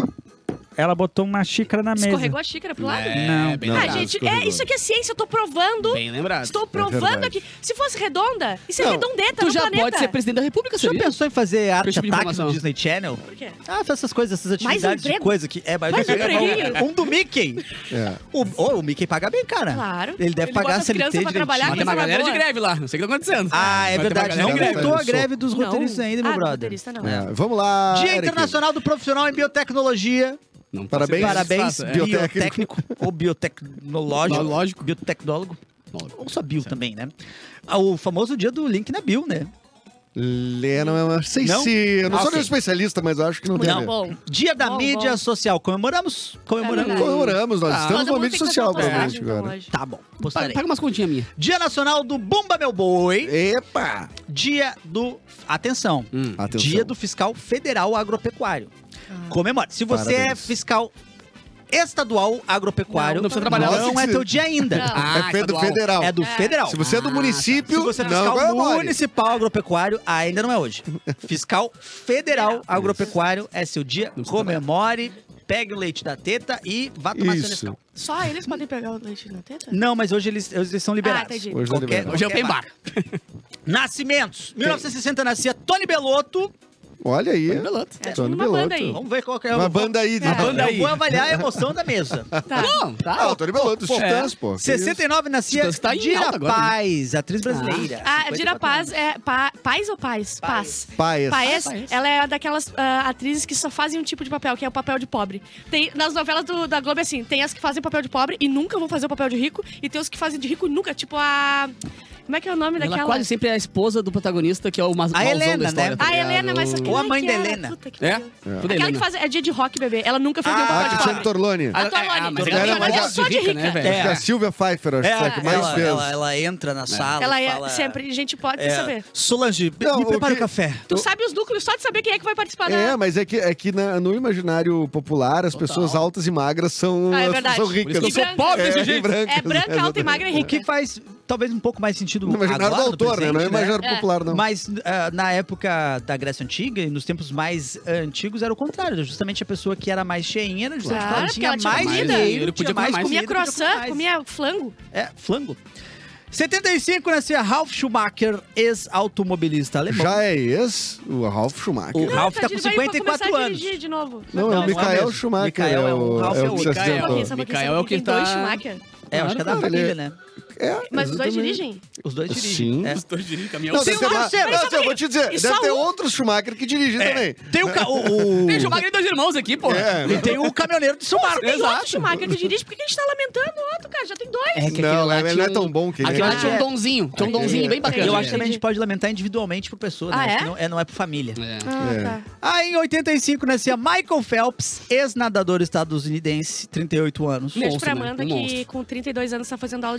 Ela botou uma xícara na mesa. Escorregou a xícara pro lado? Não. bem Não, Ah, lembrado. gente, escorregou. é, isso aqui é ciência, eu tô provando. Bem lembrado. Estou provando verdade. aqui. Se fosse redonda, isso é Não, redondeta Tu no já planeta. pode ser presidente da República, Você já sabia? pensou em fazer arte tipo de ataque no informação. Disney Channel? Por quê? Ah, faz essas coisas, essas Mais atividades de emprego? coisa que... É, mas Mais empreguinho? um do Mickey. É. O, oh, o Mickey paga bem, cara. Claro. Ele deve Ele pagar bota a as C L T crianças pra direitinho. trabalhar, Mas tem uma coisa galera de boa. greve lá, não sei o que tá acontecendo. Ah, é Mas tem uma verdade. galera Não de greve. voltou a Sou. greve dos Não. roteiristas ainda, meu ah, brother. roteirista não. É, vamos lá, Dia Eric. Internacional do Profissional em Biotecnologia. Não posso Parabéns. ser Parabéns, faço, é. biotécnico ou biotecnológico. Lógico. Biotecnólogo. Lógico. Ou só bio também, né? Ah, o famoso dia do link na bio, né? Lê, não, não sei Não? se... Eu não Ah, sou ok. nenhum especialista, mas eu acho que não tem a Não, ver. bom. Dia da Bom, mídia bom. social. Comemoramos? É Comemoramos. verdade. Comemoramos, nós Ah, estamos Todo no mundo momento tem que fazer social, uma postagem, provavelmente, então, agora. hoje. Tá bom, Paga postarei. paga umas continhas minhas. Dia Nacional do Bumba Meu Boi. Epa! Dia do... Atenção. Hum. Atenção. Dia do Fiscal Federal Agropecuário. Comemore. Se você é Parabéns. fiscal estadual agropecuário, Não, não precisa trabalhar. não Nossa, é que teu se- dia ainda. Não. Ah, é fe- do estadual. federal. É do É. federal. Se você é do Ah, município, Se você é não fiscal comemore. municipal agropecuário, ainda não é hoje. Fiscal federal agropecuário é seu dia. Comemore, pegue o leite da teta e vá tomar seu Isso. Nescau. Só eles podem pegar o leite na teta? Não, mas hoje eles, hoje eles são liberados. Ah, entendi. Hoje não Qualquer- libera. Hoje é qualquer open bar. Nascimentos. mil novecentos e sessenta nascia Tony Belotto. Olha aí. Beloto. É tipo Tony uma banda Belotto. aí. Vamos ver qual que é Uma eu vou- banda aí. Uma né? banda Eu aí. vou avaliar a emoção da mesa. Tá. Não, tá. Ah, o Tony Belotto, dos Pô, Titãs, pô. Que sessenta e nove nascia Titãs tá em Dira alta agora, né? Paz, atriz brasileira. Ah, cinquenta e Dira quatro Paz anos. é pa, Paz ou Paz? Paz. isso. Paes. Paes, Paes. ela é daquelas ah, atrizes que só fazem um tipo de papel, que é o papel de pobre. Tem, nas novelas do- da Globo é assim, tem as que fazem papel de pobre e nunca vão fazer o papel de rico, e tem os que fazem de rico e nunca, tipo a... Como é que é o nome Ela daquela? quase sempre é a esposa do protagonista, que é o ma malzão Helena, da história. né? tá A ligado? Helena, mas Ou a mãe que da era? Helena. Puta que É? pariu. Tudo Aquela Helena. que faz é dia de rock, bebê. Ela nunca fez Ah, nenhum Ah, papel que de tinha pobre. Torlone. A Ela- Torlone. é, ah, mas Ela ela é é mais só de rica, rica. né, velho? É. Acho que a Silvia Pfeiffer, acho que foi a que mais ela, fez. ela, ela entra na sala Ela e é fala... sempre, a gente pode é, saber. Solange, Não, me o prepara o que- café. Tu sabe os núcleos só de saber quem é que vai participar É, da... mas é que, é que na- no imaginário popular, as pessoas altas e magras são, Ah, é verdade. são Por ricas. isso que eu sou E pobre branca. desse É, jeito. e brancas, É branca, alta e exatamente. magra e O rica. que faz talvez um pouco mais sentido No imaginário agora, do no autor, né? Não é presente, imaginário É. popular, não. Mas ah, na época da Grécia Antiga e nos tempos mais antigos era o contrário. Justamente a pessoa que era mais cheinha era justamente Claro, porque ela porque tinha ela tinha mais comida. dinheiro, Ele podia tinha mais comer mais. Comia comida, podia comer croissant, mais. comia flango. É, flango. setenta e cinco nascia Ralf Schumacher, ex-automobilista alemão. Já é esse, o Ralf Schumacher. O Ralf Não, tá com vai cinquenta e começar quatro a anos. dirigir de novo. Não, é Não, o não é Michael mesmo. Schumacher. Michael é o- Ralf é é o o que você Michael. acertou. Só um pouquinho, Mikael só um é o que pouquinho, tem dois tá- Schumacher. É, eu acho que é da Não, família, ele- né? É, Mas os dois exatamente. dirigem? Os dois Sim. dirigem. É. Os dois dirigem caminhão. Não, Tem deve ter, um mais- terceiro, não, mas eu vou te dizer, e deve só ter um? outros Schumacher que dirigem também. Tem o, ca- o, o- Tem o Schumacher e dois irmãos aqui, pô. É, e tem o caminhoneiro de Schumacher. Tem Exato. outro Schumacher que dirige, por que a gente tá lamentando o outro, cara? Já tem dois. É que Não, aquele lá ele tinha não é tão bom que ele Aquele é. lá tinha um É. donzinho. Tinha um donzinho bem bacana. Eu Entendi. acho que também a gente pode lamentar individualmente por pessoa, né? Ah, Acho é? que não é, não é por família. É. Ah, É. tá. Aí, em oitenta e cinco, nascia Michael Phelps, ex-nadador estadunidense, trinta e oito anos. Um Beijo monstro, pra né? Amanda, Um que monstro. com trinta e dois anos tá fazendo aula de natação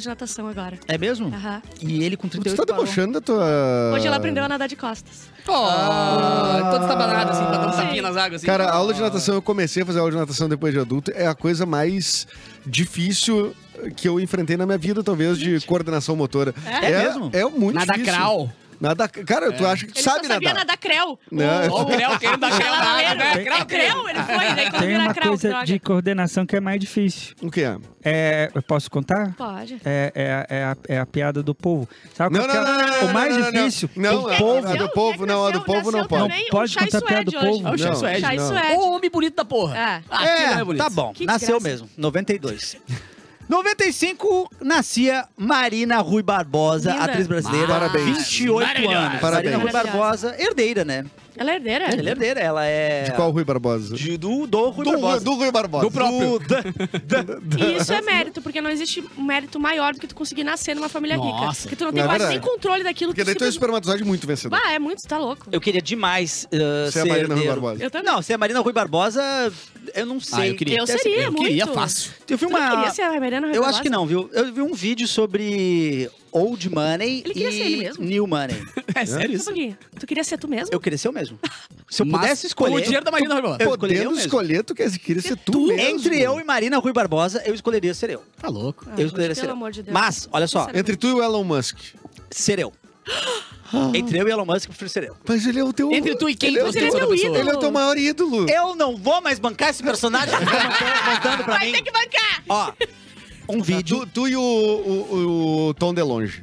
agora. É mesmo? Aham. E ele com Tu trinta e tá oito parou. debochando da tua... Hoje ela aprendeu a nadar de costas. Oh, todo estabanado, assim, pra dar um Sim. tapinha nas águas, assim. Cara, a aula de natação, eu comecei a fazer aula de natação depois de adulto, é a coisa mais difícil que eu enfrentei na minha vida, talvez, de coordenação motora. É mesmo? É muito Nada difícil. crawl. Nada, cara, tu acha que tu Ele sabe só sabia nadar. nadar creu. Não. Ó, o Creu querendo dar Creu na água, né? É Creu, creu, ele foi. Daí quando Tem vira uma creu, coisa droga. de coordenação que é mais difícil. O que é? É, eu posso contar? Pode. É, é, é, a, é a piada do povo. Sabe Não, qual não, que é não, não, o não, mais não, não, difícil? Não, o a- povo. a do povo não, a do povo não pode. Também, Não pode o Chai contar piada do Suede povo. É o Chai Não, Suede. Chai não. Suede. Ô, homem bonito da porra. É. Ah, aquilo não é bonito. Tá bom, Que nasceu desgraça. mesmo. noventa e dois. noventa e cinco, nascia Marina Rui Barbosa, Linda. atriz brasileira. Parabéns. vinte e oito Maravilhosa. anos. Parabéns. Marina Rui Barbosa, herdeira, né? Ela é herdeira? Ela é herdeira, ela é... De qual Rui Barbosa? De- do, do Rui Do, Barbosa. do Rui Barbosa. Do próprio. E isso é mérito, porque não existe um mérito maior do que tu conseguir nascer numa família rica. Nossa. Porque tu não tem Não é quase nem verdade. controle daquilo Porque que daí tu é um tu espermatozoide muito vencedor. Ah, é muito, tá louco. Eu queria demais uh, Você é ser a Marina Rui herdeiro. Barbosa. Eu também. Não, se é Marina Rui Barbosa, eu não sei. Ah, eu queria. Eu seria eu muito. queria fácil. Eu vi Tu não uma... queria ser a Mariana Eu Barbosa? acho que não, viu? Eu vi um vídeo sobre Old Money Ele queria e ser ele mesmo? New Money. É sério Só um isso? pouquinho. Tu queria ser tu mesmo? Eu queria ser eu mesmo. Se eu Mas pudesse com escolher... o dinheiro da Marina Rui Barbosa. Eu escolheria eu Podendo mesmo. escolher, tu quer- queria ser tu, mesmo. Entre eu e Marina Rui Barbosa, eu escolheria ser eu. Tá louco. Ah, eu gente, escolheria ser pelo eu. amor de Deus. Mas, olha só, Sinceramente. Entre tu e o Elon Musk. ser eu. Entre eu e Elon Musk, eu prefiro ser eu. Mas ele é o teu... Entre tu e quem ele é, você o ele tem é outra teu pessoa? ele é o teu maior ídolo. Eu não vou mais bancar esse personagem que tá montando, montando pra Vai mim. ter que bancar! Ó, um vídeo, Tu, tu e o, o, o Tom DeLonge.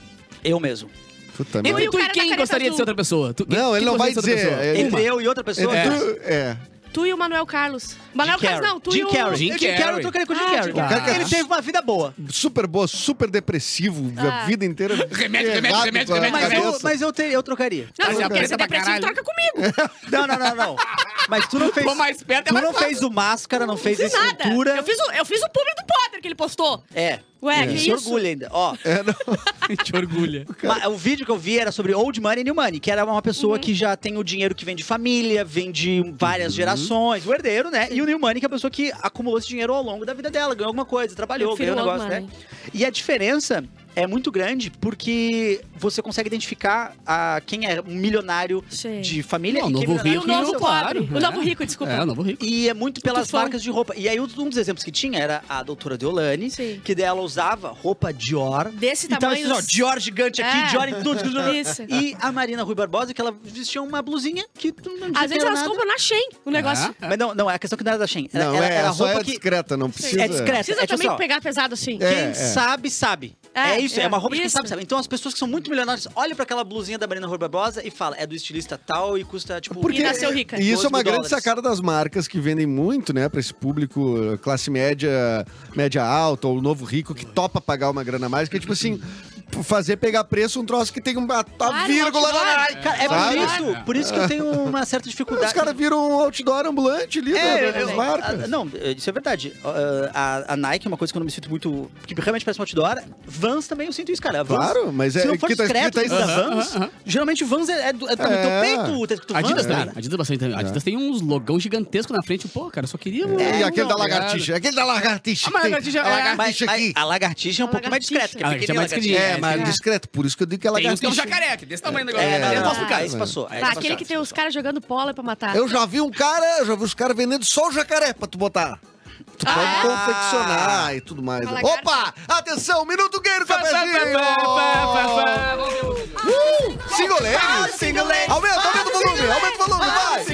eu mesmo. Puta Entre merda. o tu e cara da quem caneta gostaria de azul. ser outra pessoa? Tu- Não, quem ele não vai gostaria de ser outra dizer. pessoa? Ele- Entre eu e outra pessoa. Entre É. tu- é. Tu e o Manuel Carlos. Manuel Jim Carlos Carrey. não, tu Jim e o... Carrey. Jim Eu, Jim Carrey, eu Carrey. trocaria com o Jim Ah, Carrey. Jim Carrey. Ele teve uma vida boa. Super boa, super depressivo, a Ah. vida inteira. Remédio, remédio, errado remédio, com a remédio, Mas eu, cabeça. mas eu, te- eu trocaria. Não, Mas se é tu quer preta ser pra depressivo, caralho. troca comigo. Não, não, não, não. Mas tu não fez. Tô mais perto, é tu mais não fácil. fez o Máscara, não fez a Fiz nada. estrutura. Eu fiz, o, eu fiz o publi do Potter que ele postou. É. Ué, que Se isso? orgulha ainda. Ó, É, não. Te orgulha. ma- o vídeo que eu vi era sobre Old Money e New Money, que era uma pessoa Uhum. que já tem o dinheiro que vem de família, vem de várias gerações, o herdeiro, né? E o New Money, que é a pessoa que acumulou esse dinheiro ao longo da vida dela, ganhou alguma coisa, trabalhou, Eu prefiro ganhou um Old negócio, né? Money. E a diferença é muito grande porque você consegue identificar a, quem é um milionário Sim. de família Não, e quem é novo E milionário o rico, novo claro. pobre. O É. novo rico, desculpa. É, o novo rico. E é muito pelas fã. marcas de roupa. E aí, um um dos exemplos que tinha era a doutora Deolane, Sim. que dela usava roupa Dior. Desse Então, tamanho. assim, ó, Dior gigante aqui, É. Dior em tudo. Isso. E a Marina Rui Barbosa, que ela vestia uma blusinha que não não Às tinha vezes elas nada. compram na Shein o negócio. É. Mas não, não, é a questão que não era da Shein. Era, Não, era, é, era só roupa é que... discreta, não precisa. É discreta. Precisa é tipo também assim, ó, pegar pesado assim. É. quem sabe, sabe. É, É, isso, é, é, uma roupa de quem isso. sabe, sabe. Então as pessoas que são muito milionárias olham pra aquela blusinha da Marina Rui Barbosa e falam, é do estilista tal e custa, tipo... Porque- E nasceu rica. E isso é uma doze mil grande dólares. sacada das marcas que vendem muito, né, pra esse público uh, classe média, média alta ou novo rico que topa pagar uma grana a mais, que é tipo assim, fazer pegar preço um troço que tem uma a Claro, vírgula outdoor. na Nike. Cara, é sabe? por isso, por isso que eu tenho uma certa dificuldade. Os caras viram um outdoor ambulante ali É, das eu- marcas. a- não, isso é verdade. Uh, A, a Nike é uma coisa que eu não me sinto muito. Que realmente parece um outdoor. Vans também eu sinto isso, cara. A Vans, Claro, mas se é não for que tá discreto escrito dentro aí. da Aham, Vans, aham. geralmente Vans é, é, do, é do É. teu peito, tá escrito Adidas Vans, também. cara. Adidas bastante também. Adidas tem uns logão gigantesco na frente. Pô, cara, eu só queria... um- É, E aquele não, da lagartixa, aquele da lagartixa. Ah, mas que tem. a lagartixa a é- lagartixa Mas, aqui. mas a lagartixa é um A pouquinho mais discreta, que é lagartixa. pequenininha Ah, mais lagartixa. É, é, mas é. discreto, por isso que eu digo que é Tem uns que é lagartixa. um jacaré, que é desse tamanho o negócio. É, não, É, não, posso não, explicar. ah, isso passou. aí Tá, isso aquele passou. que tem os caras jogando polo pra matar. Eu já vi um cara, eu já vi os caras vendendo só o jacaré pra tu botar. Tu pode Ah, é? confeccionar e tudo mais. A lagarta. Opa! Atenção, Minuto Gay no Fá, fá, cafezinho! fá, fá, fá, fá. Vamos ver o- Uh! Single ladies! Aumenta, aumenta o volume, aumenta o volume, vai!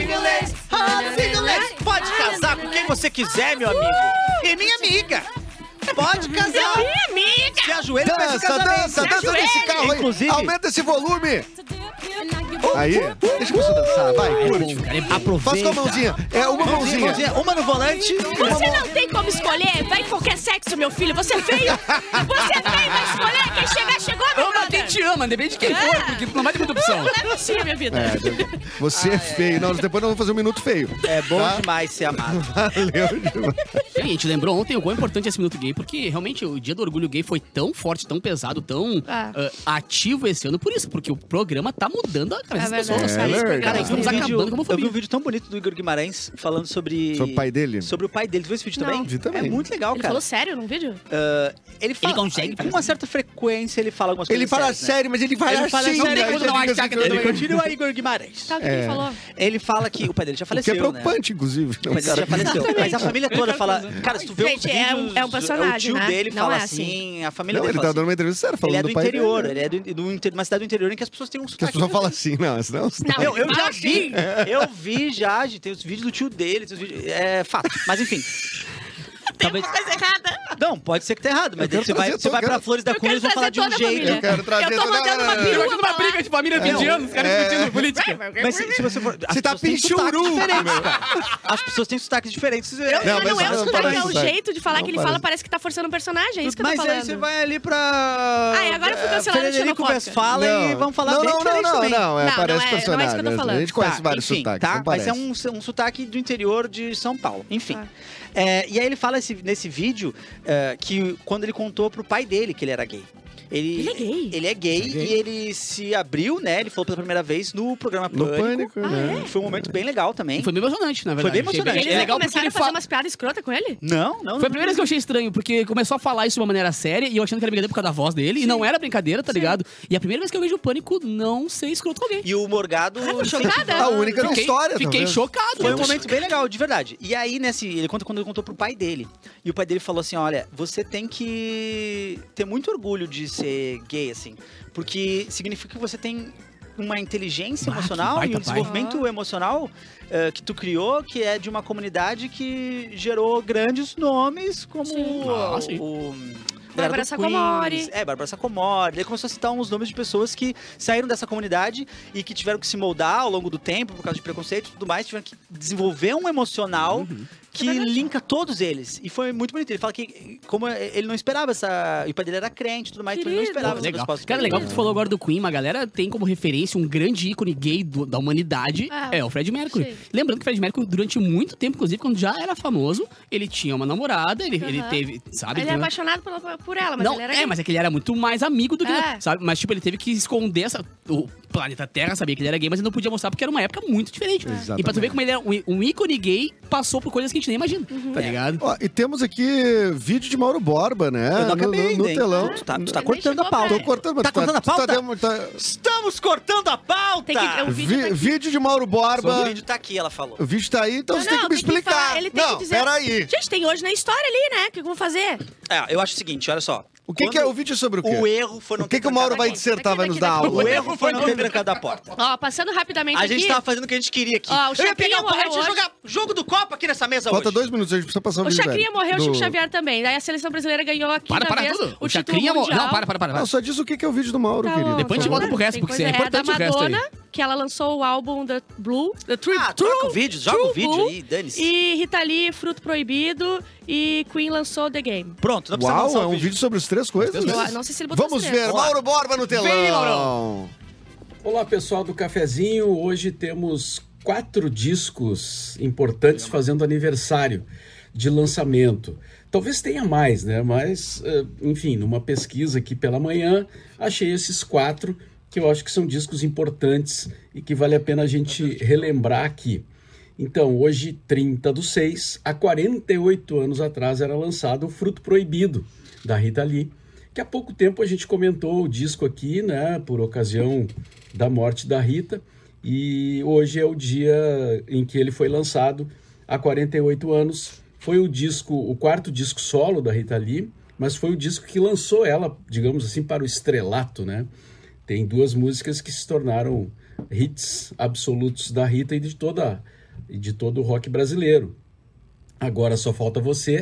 Pode casar com quem você quiser, meu amigo. E minha amiga. Pode casar. Minha amiga! Se ajoelha pra esse Dança, casamento. dança, dança nesse carro aí! Inclusive- Aumenta esse volume! Aí, deixa a pessoa dançar, vai, curte. Aproveita. Faz com a mãozinha, é uma Mãozinha, mãozinha. mãozinha. Uma no volante. Você não tem como escolher, vai em qualquer sexo, meu filho. Você é feio. Você é feio, vai escolher. Quem chegar, chegou, meu Ama quem brother. te ama, independente de quem É. for, porque não vai ter muita opção. Não é possível, minha vida. É, você é feio. Não, depois nós vamos fazer um minuto feio. É bom Tá? demais ser amado. Valeu demais. E a gente lembrou ontem o quão importante é esse Minuto Gay, porque realmente o Dia do Orgulho Gay foi tão forte, tão pesado, tão Ah. ah, ativo esse ano por isso, porque o programa tá mudando a cabeça essas É verdade. pessoas. É Cara, verdade. Cara, eu vi, estamos um acabando vídeo, com a eu vi um homofobia. vídeo tão bonito do Igor Guimarães falando sobre... Sobre o pai dele? Sobre o pai dele. Tu viu esse vídeo Não. também? Vi também. É muito legal, Ele cara. falou sério num vídeo? Ah, ele fala, consegue com fazer uma assim. certa frequência ele fala algumas coisas Ele fala sérias, né? sério, mas ele fala Ele assim. fala sério, né? não tem Aí como você não fica achar assim, que Ele também. continua Igor Guimarães. Tá, o que É. ele falou? Ele fala que o pai dele já O que é faleceu, né? preocupante, inclusive. O pai dele já faleceu. Mas a família toda fala... Cara, se tu vê os Gente, é um- vídeos... é um personagem, O tio né? dele Não fala é assim, assim. a família Não, dele ele fala tá assim. dando uma entrevista séria, falando Ele é do do pai interior, dele. ele é do, do inter- de uma cidade do interior em que as pessoas têm um Que as sotaque... pessoas falam assim, não, senão... Não, Eu, eu ele já fala vi, eu vi já, de- tem os vídeos do tio dele, tem os vídeos, é fato. Mas enfim, Talvez... coisa errada. não, pode ser que tá errado, mas Eu quero você vai, trazer você todo- vai pra quero- Flores da Eu Cunha e quero vão falar de um trazer toda a jeito. família. Eu quero trazer... Eu tô Não, mandando não, uma não, perua Imagina uma pra lá. briga de família vinte anos, os caras discutindo política. Mas se, se você for... as Você tá pessoas têm sotaques pinchuru, diferentes, meu. cara. As pessoas têm sotaques diferentes. Eu, é- Não, não, mas não é não o sotaque, parece é o sotaque. jeito de falar Não que ele parece. fala, parece que tá forçando um personagem, é isso que eu tô Mas falando. aí você vai ali pra... Ai, agora eu fui eh, cancelada de Frederico xenofóbica. Westphalen e vamos falar não, bem não, diferente não, também. não, não, é, Não, parece não é- não é isso que eu tô personagem. falando. A gente conhece Tá, vários enfim, sotaques, tá? não Mas parece. é um, um sotaque do interior de São Paulo. Enfim. Tá. É, e aí ele fala esse- nesse vídeo é, que quando ele contou pro pai dele que ele era gay. Ele, Ele é gay? Ele é gay, É gay. e ele se abriu, né? Ele falou pela primeira vez no programa No Pânico. Pânico, Ah, né? é? Foi um momento bem legal também. Foi bem emocionante, na Foi verdade. bem emocionante. Eles É já legal porque começaram ele a fazer fala... umas piadas escrotas com ele? Não, não. Foi a primeira vez que eu achei estranho, porque começou a falar isso de uma maneira séria e eu achando que era brincadeira por causa da voz dele, e não era brincadeira, tá ligado? E a primeira vez que eu vejo o Pânico não ser escroto com alguém. E o Morgado... chocada. A única na Fiquei, história, fiquei talvez. chocado. Foi um Eu- momento bem legal, de verdade. E aí, nesse, ele conta quando ele contou pro pai dele. E o pai dele falou assim: olha, você tem que ter muito orgulho de ser gay, assim. Porque significa que você tem uma inteligência Ah, que emocional baita e um pai. desenvolvimento emocional eh, que tu criou, que é de uma comunidade que gerou grandes nomes, como Sim. o, Ah, sim. o Bárbara do Sacomori. Queens. É, Bárbara Sacomori. Ele começou a citar uns nomes de pessoas que saíram dessa comunidade e que tiveram que se moldar ao longo do tempo por causa de preconceito e tudo mais, tiveram que desenvolver um emocional que linka todos eles. E foi muito bonito. Ele fala que, como ele não esperava essa... E o pai dele era crente e tudo mais, então ele não Querido. esperava essa Legal. resposta. Cara, legal que tu falou agora do Queen, uma galera tem como referência um grande ícone gay do- da humanidade, Ah, é o Fred Mercury. sim. Lembrando que o Fred Mercury, durante muito tempo, inclusive, quando já era famoso, ele tinha uma namorada, ele, ele Aham. teve, sabe? Ele é tem uma- apaixonado por, por ela, mas não, ele era é, gay. mas é que ele era muito mais amigo do que, É. sabe? Mas, tipo, ele teve que esconder essa... O planeta Terra sabia que ele era gay, mas ele não podia mostrar porque era uma época muito diferente. Exatamente. E pra tu ver como ele era um, um ícone gay, passou por coisas que a gente nem imagina, Uhum. tá ligado? Ó, e temos aqui vídeo de Mauro Borba, né? Eu não No- acabei no, ainda, no hein? telão. Tu tá, tu Ele tá nem cortando a chegou pauta. pra- Tô cortando, mas Tá tu cortando a tu tá pauta? demo- tá- Estamos cortando a pauta! Tem que- o vídeo Vi- tá aqui. vídeo de Mauro O Borba. vídeo tá aqui, ela falou. O vídeo tá aí, então Não, você tem não, que me tem que explicar. falar, ele tem não, que dizer- peraí. Gente, tem hoje na história ali, né? O que vamos fazer? É, eu acho o seguinte, olha só. O que, que é o vídeo sobre o quê? O erro foi não O que, ter que o Mauro trancado vai a porta. dissertar, vai Daqui, nos dar daqui, aula? O erro foi não ter trancado a porta. Ó, passando rapidamente A aqui... gente tava fazendo o que a gente queria aqui. Ó, o Eu ia Chacrinha pegar o pau, a gente ia morreu jogar jogo do Copa aqui nessa mesa Falta hoje. dois minutos, a gente precisa passar o O vídeo. Chacrinha velho. morreu, o Do- Chico Xavier também. Daí a seleção brasileira ganhou aqui Para, na para vez tudo. o O título Chacrinha... mo- mundial. Não, para, para, para. para. Não, só diz o que que é o vídeo do Mauro, Tá querido. bom, Depois a gente tá volta bom. pro resto, Tem porque coisa- é importante é o da resto aí. Madonna, que ela lançou o álbum The Blue, The True, Ah, True, troca o vídeo, joga True o vídeo Blue, aí, dane-se. E Rita Lee, Fruto Proibido, e Queen lançou The Game. Pronto, não precisa Uau, lançar é o um vídeo. vídeo sobre as três coisas? Eu não sei se ele botou Vamos os três. ver, Mauro Borba no telão. Vem, Maurão. Olá, pessoal do Cafezinho. Hoje temos quatro discos importantes fazendo aniversário de lançamento. Talvez tenha mais, né? Mas, eh, enfim, numa pesquisa aqui pela manhã, achei esses quatro que eu acho que são discos importantes e que vale a pena a gente relembrar aqui. Então, hoje, trinta do seis, há quarenta e oito anos atrás, era lançado o Fruto Proibido, da Rita Lee, que há pouco tempo a gente comentou o disco aqui, né, por ocasião da morte da Rita, e hoje é o dia em que ele foi lançado, há quarenta e oito anos. Foi o disco, o quarto disco solo da Rita Lee, mas foi o disco que lançou ela, digamos assim, para o estrelato, né? Tem duas músicas que se tornaram hits absolutos da Rita e de toda e de todo o rock brasileiro. Agora Só Falta Você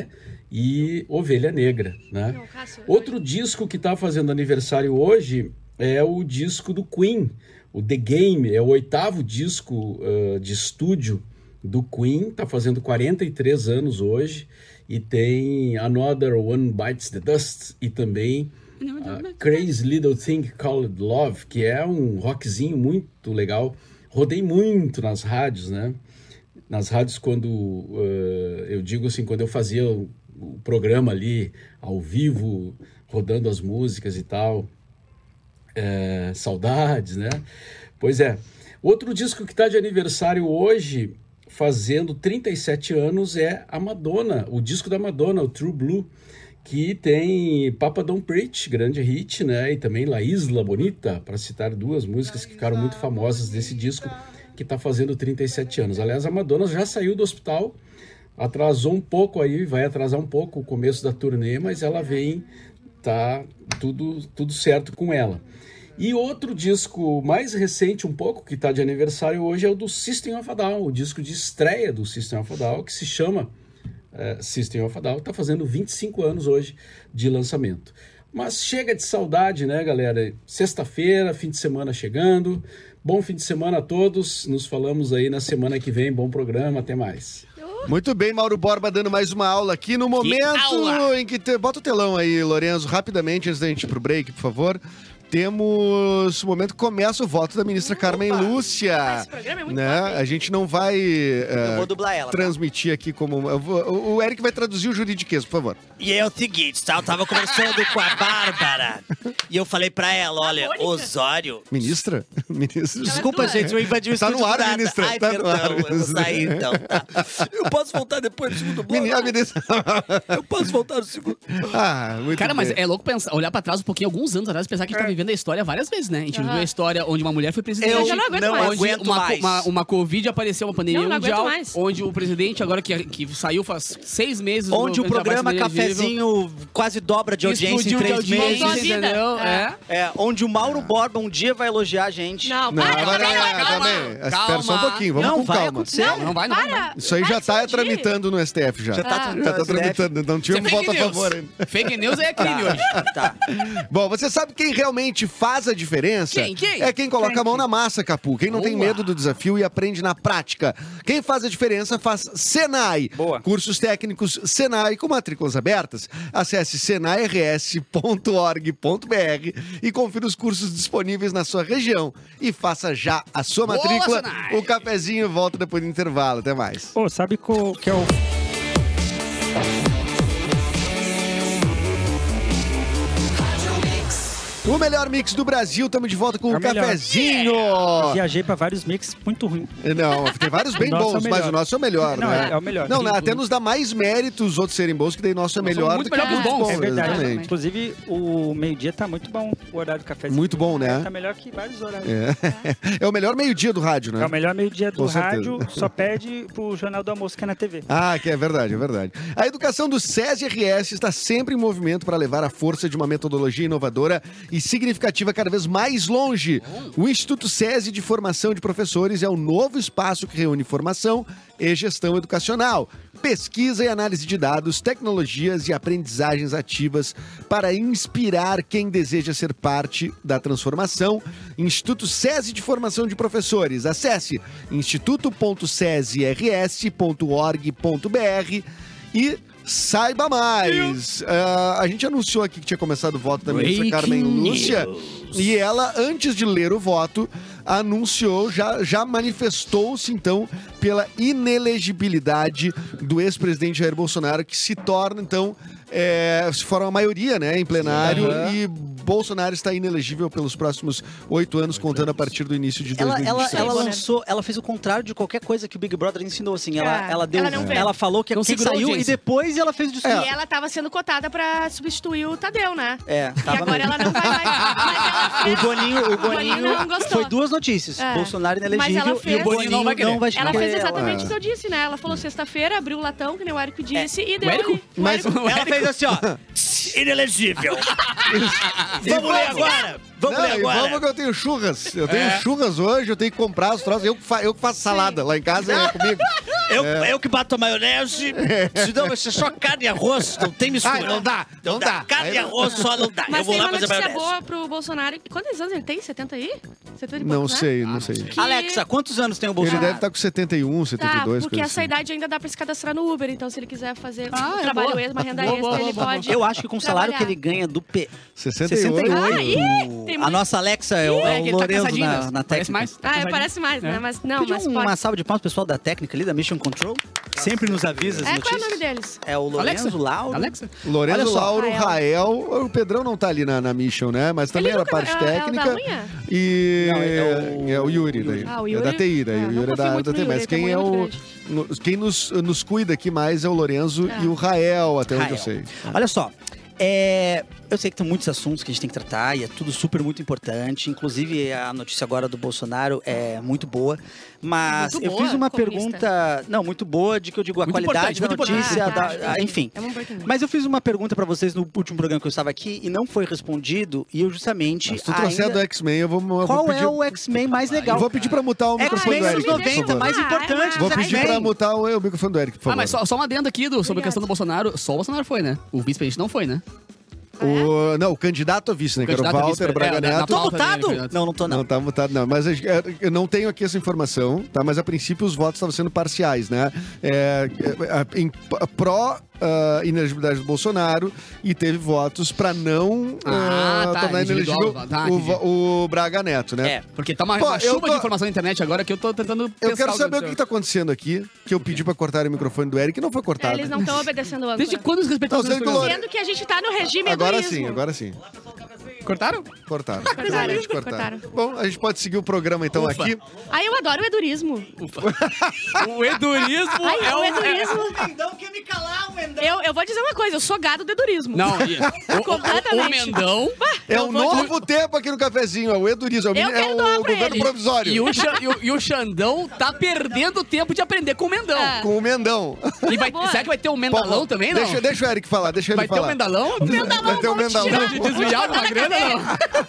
e Ovelha Negra, né? Não, Cássio, Outro disco que está fazendo aniversário hoje é o disco do Queen, o The Game, é o oitavo disco uh, de estúdio do Queen, está fazendo quarenta e três anos hoje, e tem Another One Bites the Dust e também uh, Crazy Little Thing Called Love, que é um rockzinho muito legal. Rodei muito nas rádios, né? Nas rádios quando, uh, eu digo assim, quando eu fazia o, o programa ali, ao vivo, rodando as músicas e tal. É, saudades, né? Pois é. Outro disco que está de aniversário hoje, fazendo trinta e sete anos, é a Madonna, o disco da Madonna, o True Blue, que tem Papa Don't Preach, grande hit, né? E também La Isla Bonita, para citar duas músicas que ficaram muito famosas desse disco, que está fazendo trinta e sete anos. Aliás, a Madonna já saiu do hospital, atrasou um pouco aí, vai atrasar um pouco o começo da turnê, mas ela vem, tá tudo, tudo certo com ela. E outro disco mais recente um pouco, que está de aniversário hoje, é o do System of a Down, o disco de estreia do System of a Down, que se chama uh, System of a Down, está fazendo vinte e cinco anos hoje de lançamento. Mas chega de saudade, né, galera? Sexta-feira, fim de semana chegando. Bom fim de semana a todos. Nos falamos aí na semana que vem. Bom programa, até mais. Muito bem, Mauro Borba dando mais uma aula aqui no momento em que... Te... Bota o telão aí, Lorenzo, rapidamente, antes da gente ir pro break, por favor. Temos o momento que começa o voto da ministra Opa. Carmen Lúcia. Ah, esse programa é muito né? bom, A gente não vai Eu uh, vou dublar ela. transmitir aqui como... Eu vou... O Eric vai traduzir o juridiquês, por favor. E é o seguinte, tá? Eu tava conversando com a Bárbara e eu falei pra ela, olha, Osório... Ministra? Ministra. Desculpa, gente, eu invadi o Tá estúdio no ar, do nada. ministra. Ai, Tá no perdão, ar, eu vou ministra. sair então, tá? Eu posso voltar depois do segundo bloco? Mini- ministra. Eu posso voltar no segundo... Ah, muito Cara, mas bem. é louco pensar, olhar pra trás um pouquinho, alguns anos atrás, pensar que a gente tá vivendo a história várias vezes, né? A gente Aham. viveu a história onde uma mulher foi presidente. Eu já não aguento mais. Onde aguento uma, mais. Uma, uma Covid apareceu, uma pandemia Não, não aguento mundial. mais. Onde o presidente, agora que, que saiu faz seis meses... Onde o governo já vai programa ser inelegível, Cafezinho quase dobra de audiência em explodiu de três audiência, meses. Voltou a vida. entendeu? É. É. É, onde o Mauro Borba um dia vai elogiar a gente. Não, Não, para, agora, calma, calma, calma. calma. Calma. Espera só um pouquinho, vamos Não, com vai calma. acontecer. Não, não vai, não vai. Para. Isso aí já Vai tá explodir. tramitando no S T F já. Já tá Ah. tramitando Já tá no S T F. tramitando, não Isso tinha é um fake voto a news. favor ainda. Fake news é crime hoje. Tá. Bom, você sabe quem realmente faz a diferença? Quem? Quem? É quem coloca a mão na massa, Capu. Quem não tem Boa. medo do desafio e aprende na prática. Quem faz a diferença faz Senai. Boa. Cursos técnicos Senai com matrículas abertas. Acesse senai r s ponto org ponto b r e confira os cursos disponíveis na sua região. E faça já a sua Boa, matrícula. Senai. O cafezinho volta depois do intervalo. Até mais. Pô, sabe qual que é o... O melhor mix do Brasil, estamos de volta com É o o melhor. cafezinho. Eu viajei pra vários mix muito ruins. Não, tem vários bem O nosso bons, é o mas melhor. o nosso é o melhor, Não, né? é- é o melhor. Não, Tem até tudo. nos dá mais mérito os outros serem bons, que daí nosso é Nós melhor somos do muito que melhor que os alguns bons. É verdade. exatamente. Inclusive, o meio-dia tá muito bom, o horário do cafezinho. Muito bom, né? Tá melhor que vários horários. É. É o melhor meio-dia do rádio, né? É o melhor meio-dia do Com certeza. rádio, só pede pro Jornal do Almoço, que é na T V. Ah, que é verdade, é verdade. A educação do SESI R S está sempre em movimento para levar a força de uma metodologia inovadora e significativa cada vez mais longe. O Instituto SESI de Formação de Professores é o novo espaço que reúne formação e gestão educacional, pesquisa e análise de dados, tecnologias e aprendizagens ativas para inspirar quem deseja ser parte da transformação. Instituto SESI de Formação de Professores. Acesse instituto ponto sesi r s ponto org ponto b r e saiba mais. Ah, a gente anunciou aqui que tinha começado o voto da ministra Breaking Carmen Lúcia. news. E ela, antes de ler o voto, anunciou, já, já manifestou-se, então, pela inelegibilidade do ex-presidente Jair Bolsonaro, que se torna, então, é, se for uma maioria, né, em plenário, Uhum. e Bolsonaro está inelegível pelos próximos oito anos, contando a partir do início de Ela, dois mil e ela, vinte e três. ela né? lançou, ela fez o contrário de qualquer coisa que o Big Brother ensinou, assim. Ela, É, ela deu, ela não vê. ela falou que Não quem segurou a saiu e audiência. depois ela fez o discurso. E ela tava sendo cotada pra substituir o Tadeu, né? É, E tava agora mesmo. ela não vai mais. Mas ela O fez. Boninho, o O Boninho Boninho não gostou. foi duas notícias. É. Bolsonaro Mas inelegível ela e fez- o Boninho não vai, não vai Ela escolher fez exatamente ela. o que eu disse, né? Ela falou sexta-feira, abriu o latão, que nem o Érico disse, e deu Érico? ali. O Mas- Érico- Ela fez assim, ó. Inelegível. Vamos ler agora. Vamos Não, ler e vamos agora. que eu tenho churras. Eu tenho É. churras hoje, eu tenho que comprar os troços. Eu, que fa- eu que faço salada. Lá em casa é comigo. Eu, eu que bato a maionese, senão vai ser só carne e arroz, não tem mistura. Ai, não dá, não dá. Carne Aí e não- arroz só não dá. eu Mas vou tem lá uma fazer notícia maionese. boa pro Bolsonaro. Quantos anos ele tem? setenta aí? setenta e Não poucos, né? sei, não sei. Que- Alexa, quantos anos tem o Ele Bolsonaro? deve estar com setenta e um, setenta e Tá, dois. porque coisa essa assim. idade ainda dá pra se cadastrar no Uber, então se ele quiser fazer Ah, um é trabalho boa. extra, uma renda Boa, extra, boa, ele boa, pode. Eu acho que com o salário que trabalhar. ele ganha do P... sessenta e sessenta e oito. oito. Ah, ih, tem A muito- nossa Alexa é o, É, é o que ele tá Lourenço cansadinho, na, né? na Parece técnica. mais? Tá Ah, cansadinho. parece mais, né? É. Mas não, Pediu mas uma pode. salva de palmas pro pessoal da técnica ali, da Mission Mission Control, que sempre nos avisa as É, notícias. qual é o nome deles? É o Lorenzo Alexa. Lauro. Alexa. Lorenzo, Olha só, Lauro, Rael. Rael. O Pedrão não tá ali na, na Mission, né? Mas também Ele era nunca- parte é- é o da técnica. unha? E Não, é o- é o Yuri. Daí. Ah, o É Yuri? da T I, daí. É, o não Yuri é confio da, muito da no T I. Yuri, Mas tem quem uma é unha o. muito no- Quem nos, nos cuida aqui mais é o Lorenzo É. e o Rael, até onde eu Rael. sei. Olha só, é, eu sei que tem muitos assuntos que a gente tem que tratar e é tudo super muito importante. Inclusive, a notícia agora do Bolsonaro é muito boa. Mas Muito eu boa, fiz uma comunista. pergunta. Não, muito boa, de que eu digo a Muito qualidade da importante, muito notícia, importante. da- Ah, ah, enfim. É uma oportunidade. Mas eu fiz uma pergunta pra vocês no último programa que eu estava aqui e não foi respondido. E eu justamente. Se tu trouxer ainda... do X-Men, eu vou, eu vou Qual pedir. é o X-Men mais legal? Eu vou pedir pra mutar o microfone X-Men do anos Eric, por noventa, favor. mais Ah, importante. Vou dos pedir X-Men. pra mutar o, o microfone do Eric, por favor. Ah, mas só, só uma adendo aqui do, sobre a questão do Bolsonaro. Só o Bolsonaro foi, né? O vice-presidente não foi, né? O, não, o candidato a vice, né? Que era o Candidato a Walter vice, Braga é, na- na Neto. Tô pauta, né, mutado? candidato? Não, não tô não. Não, tá mutado, não. Mas eu- eu não tenho aqui essa informação, tá? Mas a princípio os votos estavam sendo parciais, né? É, é, em pró uh, inelegibilidade do Bolsonaro e teve votos pra não Ah, uh, tá, tornar individual, inelegível tá, o, entendi. vo- o Braga Neto, né? É. Porque tá uma, Pô, uma eu chuva tô- de informação na internet agora que eu tô tentando Eu pescar quero o saber o que, aconteceu. que tá acontecendo aqui, que eu pedi pra cortar o microfone do Eric e não foi É, cortado. eles não estão obedecendo o âncora. Desde quando os Não, respeitosos dizendo que o Lore- Sendo que a gente tá no regime Agora edurismo. sim, agora sim. Cortaram? Cortaram. Cortaram, Gente, cortaram. cortaram. Bom, a gente pode seguir o programa então Ufa. aqui. Ai, eu adoro o edurismo. O edurismo Ai, é o um... edurismo. Mendão quer me calar, o Mendão. Eu, eu vou dizer uma coisa, eu sou gado do edurismo. Não, e- o, o, Completamente. o Mendão É Eu um vou novo tempo aqui no cafezinho, é o edurismo, é o, Eu mini- é quero doar o pra governo ele. provisório. e o, Xa- e, o, e o Xandão tá perdendo tempo de aprender com o Mendão. Ah. Com o Mendão. E vai, Boa. será que vai ter um Mendalão Pô, também, não? Deixa, deixa o Eric falar, deixa ele Vai ter falar. um Mendalão? Vai ter um Mendalão. De desviar uma grana, não?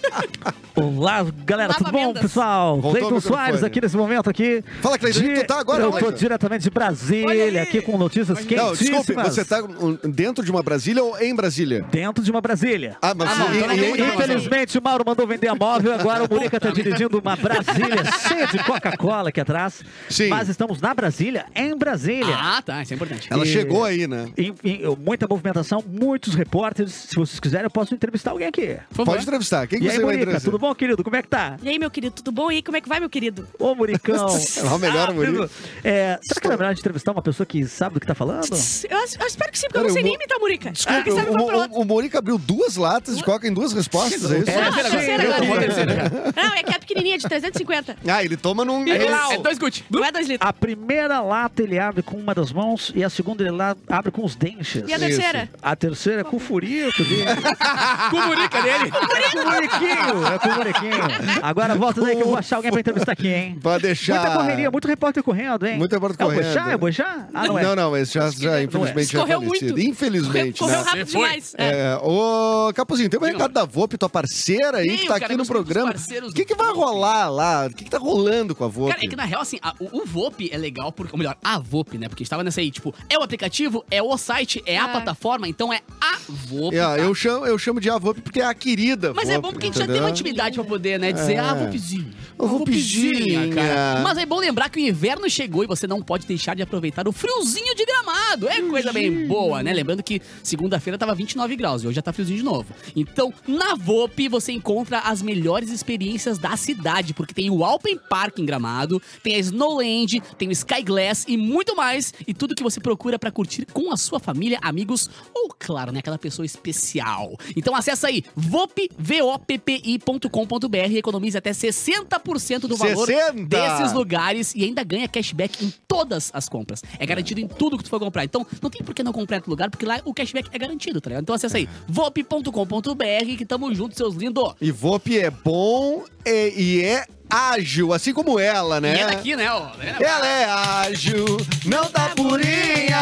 Olá, galera, Lava tudo bom, vendas. pessoal? Voltou o Cleiton microfone. Soares aqui nesse momento aqui. Fala, Cleiton, onde tu tá agora, Eu tô Cleiton? diretamente de Brasília, aqui com notícias Não, quentíssimas. desculpe, você tá um, dentro de uma Brasília ou em Brasília? Dentro de uma Brasília. Ah, mas Ah, não, e- então não e- tem muita e- informação. Infelizmente, o Mauro mandou vender a móvel, agora o Murica tá dirigindo uma Brasília cheia de Coca-Cola aqui atrás. Sim. Mas estamos na Brasília, em Brasília. Ah, tá, isso é importante. Ela E- chegou aí, né? Enfim, muita movimentação, muitos repórteres. Se vocês quiserem, eu posso entrevistar alguém aqui. Por favor. Pode entrevistar. Quem que E aí, você vai Murica, entrevistar? tudo bom, querido? Como é que tá? E aí, meu querido, tudo bom? E aí, como é que vai, meu querido? Ô, Muricão. É o melhor, Ah, Murica. É, será que é melhor a gente entrevistar uma pessoa que sabe do que tá falando? Eu, eu espero que sim, porque eu Peraí, não sei o nem Mo- imitar Murica. Desculpa, Quem sabe o, vai pro o, outro. o Murica abriu duas latas de coca em duas respostas, é isso? É, Terceira agora. terceira agora. Eu vou terceira já. Não, é que é pequenininha, de trezentos e cinquenta. Ah, ele toma num... É, Uau. é dois guti. Não é dois litros. A primeira lata ele abre com uma das mãos e a segunda ele lá abre com os dentes. E a terceira? A terceira é com o furico dele. Com o Murica dele. É com o Muriquinho. É com o Muriquinho. Agora volta daí que eu vou achar alguém pra entrevistar aqui, hein? Pode deixar... Muita correria, muito repórter correndo, hein? Muito repórter É o correndo. Boixá? É o Boixá? Ah, não é. Não, não, esse já, já infelizmente já é Correu falecido. muito. Infelizmente, Correu né? rápido Você foi. demais. É. É, ô, Capuzinho, tem um recado da Vop, tua parceira aí, Sim, que tá cara, aqui no nós somos programa. parceiros O que, que vai rolar lá? O que, que tá rolando com a Vop? Cara, é que na real, assim, a- o, o V O P é legal, porque, ou melhor, a V O P, né? Porque estava nessa aí, tipo, é o aplicativo, é o site, é a Ah. plataforma, então é a V O P. É, tá? eu, chamo, eu chamo de a Vop porque é a querida Mas é Vop, bom porque a gente já tem entendeu? uma intimidade pra poder, né? Dizer, É. ah, VOPzinha. Ô, VOPzinha. cara. Mas é bom lembrar que o inverno chegou e você não pode deixar de aproveitar o friozinho de Gramado. É coisa bem boa, né? Lembrando que segunda-feira tava vinte e nove graus e hoje já tá friozinho de novo. Então, na V O P você encontra as melhores experiências da cidade, porque tem o Alpen Park em Gramado, tem a Snowland, tem o Sky Glass e muito mais. E tudo que você procura pra curtir com a sua família, amigos ou, claro, né, aquela pessoa especial. Então acessa aí, vop, V O P P I ponto com ponto B R e economize até sessenta por cento do valor sessenta! desses lugares e ainda ganha cashback em todas as compras. É garantido em tudo que tu for comprar. Então, não tem por que não comprar em outro lugar, porque lá o cashback é garantido, tá ligado? Então acessa aí, vop ponto com ponto B R que tamo junto, seus lindos. E Vop é bom e, e é ágil, assim como ela, né? E é daqui, né? Ó, né? Ela é ágil, não tá purinha,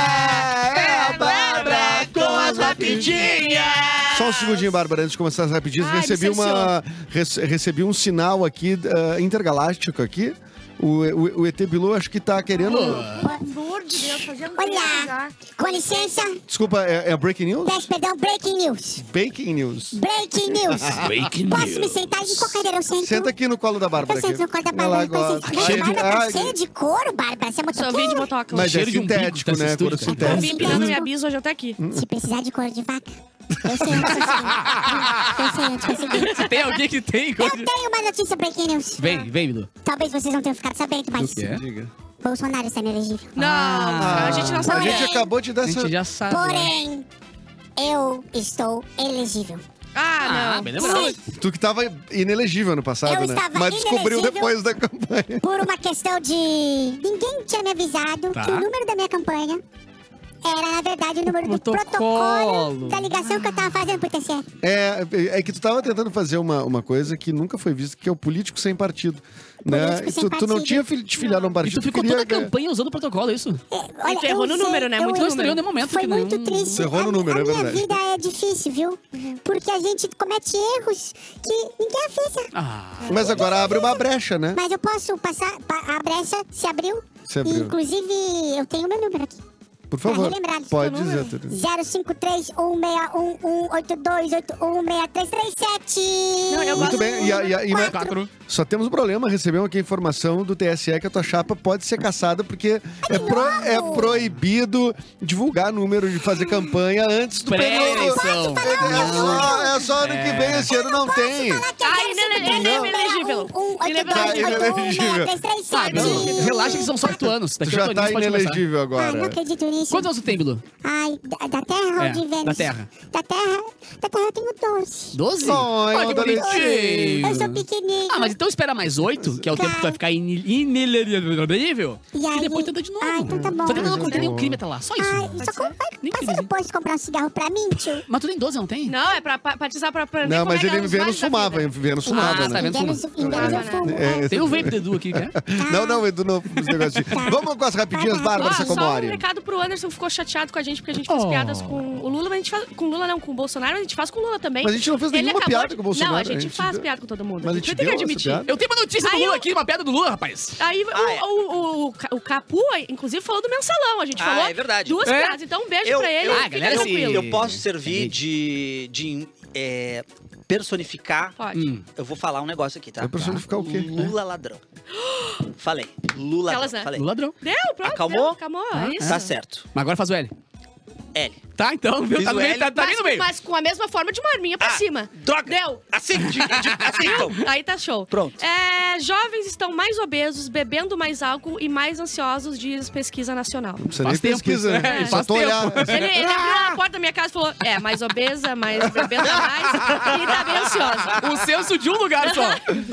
é a Bárbara com as rapidinhas. Só um segundinho, Bárbara, antes de começar as rapidinhas, Ai, recebi, me uma, rece- recebi um sinal aqui, ah, intergaláctico aqui. O, o, o E T Bilu acho que tá querendo... Pelo amor de Deus, fazendo Olá, com licença, Desculpa, é, é Breaking News? peço perdão, breaking news. Baking News. Breaking news. Breaking Posso me sentar em qual cadeira eu sento? Senta aqui no colo da Bárbara. Eu sento aqui. no colo da Ela Bárbara. gosta. Mas Cheio a de- Bárbara tá Ai, cheia de couro, Bárbara. Você é muito Só vim de motoca. Mas é Cheiro de umbigo, sintético, tá né? nesse Couro estúdio, Eu sintético. vim empinando minha bis hoje até aqui. Se precisar de couro de vaca, eu sei onde conseguir. Eu sei onde conseguir. Tem alguém que tem? Eu tenho uma notícia breaking news. Vem, vem, Bidu. Talvez vocês não tenham ficado sabendo, mas O quê? Diga. Bolsonaro está inelegível. Não, a gente não A sabe. gente acabou de dar A essa... gente já sabe. né? Porém, eu estou elegível. Ah, não. bem lembrado. Tu que tava inelegível no passado, Eu né? estava Mas descobriu inelegível. depois da campanha. Por uma questão de... Ninguém tinha me avisado Tá. que o número da minha campanha era, na verdade, o número do Protocolo. protocolo da ligação que eu tava fazendo por T C. É, é que tu tava tentando fazer uma, uma coisa que nunca foi vista, que é o político sem partido. Né? Político E sem tu, tu não partido. tinha fili- te filiado a um E partido. tu ficou queria toda a ganhar. campanha usando o protocolo, é isso? Olha, E tu errou eu no sei, número, né? eu Muito Não número. estreou no momento Foi que não... muito triste. Você errou no a, número, a é minha verdade. vida é difícil, viu? Porque a gente comete erros que ninguém avisa. Ah, Mas agora abre uma brecha, né? Mas eu posso passar... pa- A brecha se abriu. Se abriu. Inclusive, eu tenho meu número aqui. Por favor, relembrar, pode seu dizer. número. Tudo. zero cinco três um seis um um oito dois oito um seis três três sete. Não, eu Muito gosto bem, e, a- e, a- e- mas- quatro. só temos um problema, recebemos aqui a informação do T S E que a tua chapa pode ser caçada porque é, pro- é proibido divulgar número de fazer campanha antes do período. Pré-eleição. É só, é só ano que vem, esse ano não tem. Ah, inele- Não. inelegível. Tá inelegível. Ah, não, relaxa que são só oito anos. Tu Daqui a já oito tá anos pode começar. inelegível Ai, não agora. acredito nisso. Quantos anos tu tem, Bilu? Ai, da, da Terra É, ou de Vênus? da Terra. Da Terra, da Terra eu tenho doze. doze? Ai, Olha que bonitinho. Eu sou pequenininho. Ah, mas então espera mais oito, que é o tempo que tu vai ficar in- inelegível. E E aí- depois tenta de novo. Ah, então tá bom. Só tenta não cometer nenhum crime até lá. Só isso. Ai, só com... Nem Mas você crimezinho. não pode comprar um cigarro pra mim, tio? Mas tu tem doze, não tem? Não, é pra pa- batizar pra aprender Não, como mas é que ele é os Vênus males da fumava, vida. Vênus Ah, fumava, tá né? vendo? Em Vênus, em Vênus eu fumo. É, Tem o vape do Edu aqui, né? Não, não, Edu, não, esse negócio de... Vamos com as rapidinhas, Ó, Bárbara Ó, só um Sacomori. recado pro Anderson, que ficou chateado com a gente, porque a gente fez Oh. piadas com o Lula, mas a gente faz... Com o Lula não, com o Bolsonaro, mas a gente faz com o Lula também. Mas a gente não fez Ele nenhuma acabou piada de- com o Bolsonaro, Não, a gente, a gente faz deu- piada com todo mundo. Mas a gente Tem que deu essa admitir. piada. Eu tenho uma notícia do Aí Lula eu- aqui, uma pedra do Lula, rapaz. Aí o, Ah, é. o, o, o, Ca- o Capu, inclusive, falou do mensalão. A gente Ah, falou é verdade. duas É? piadas. Então, um beijo Eu- pra ele. eu- e Ah, fica galera, se- tranquilo. Eu posso É servir hate. de, de é, personificar. Pode. Hum. Eu vou falar um negócio aqui, tá? Vai personificar o quê? Lula ladrão. Falei. Lula Aquelas, ladrão. né? Falei. Lula ladrão. Deu, pronto. Acalmou? Deu, acalmou, é isso. Tá certo. Mas agora faz o L. L. Tá, então, viu? Fiz Tá no o meio, L. tá, tá mas, ali no meio. mas com a mesma forma de uma arminha pra Ah, cima. Droga! Deu. Assim, de, de, assim então. Aí tá show. Pronto. É, jovens estão mais obesos, bebendo mais álcool e mais ansiosos, diz pesquisa nacional. Não precisa Faz nem tempo pesquisa, isso, né? é, Só faz tu tempo. olhar. Ele, ele abriu na porta da minha casa e falou: é, mais obesa, mais bebendo mais e tá bem ansiosa. O censo de um lugar só.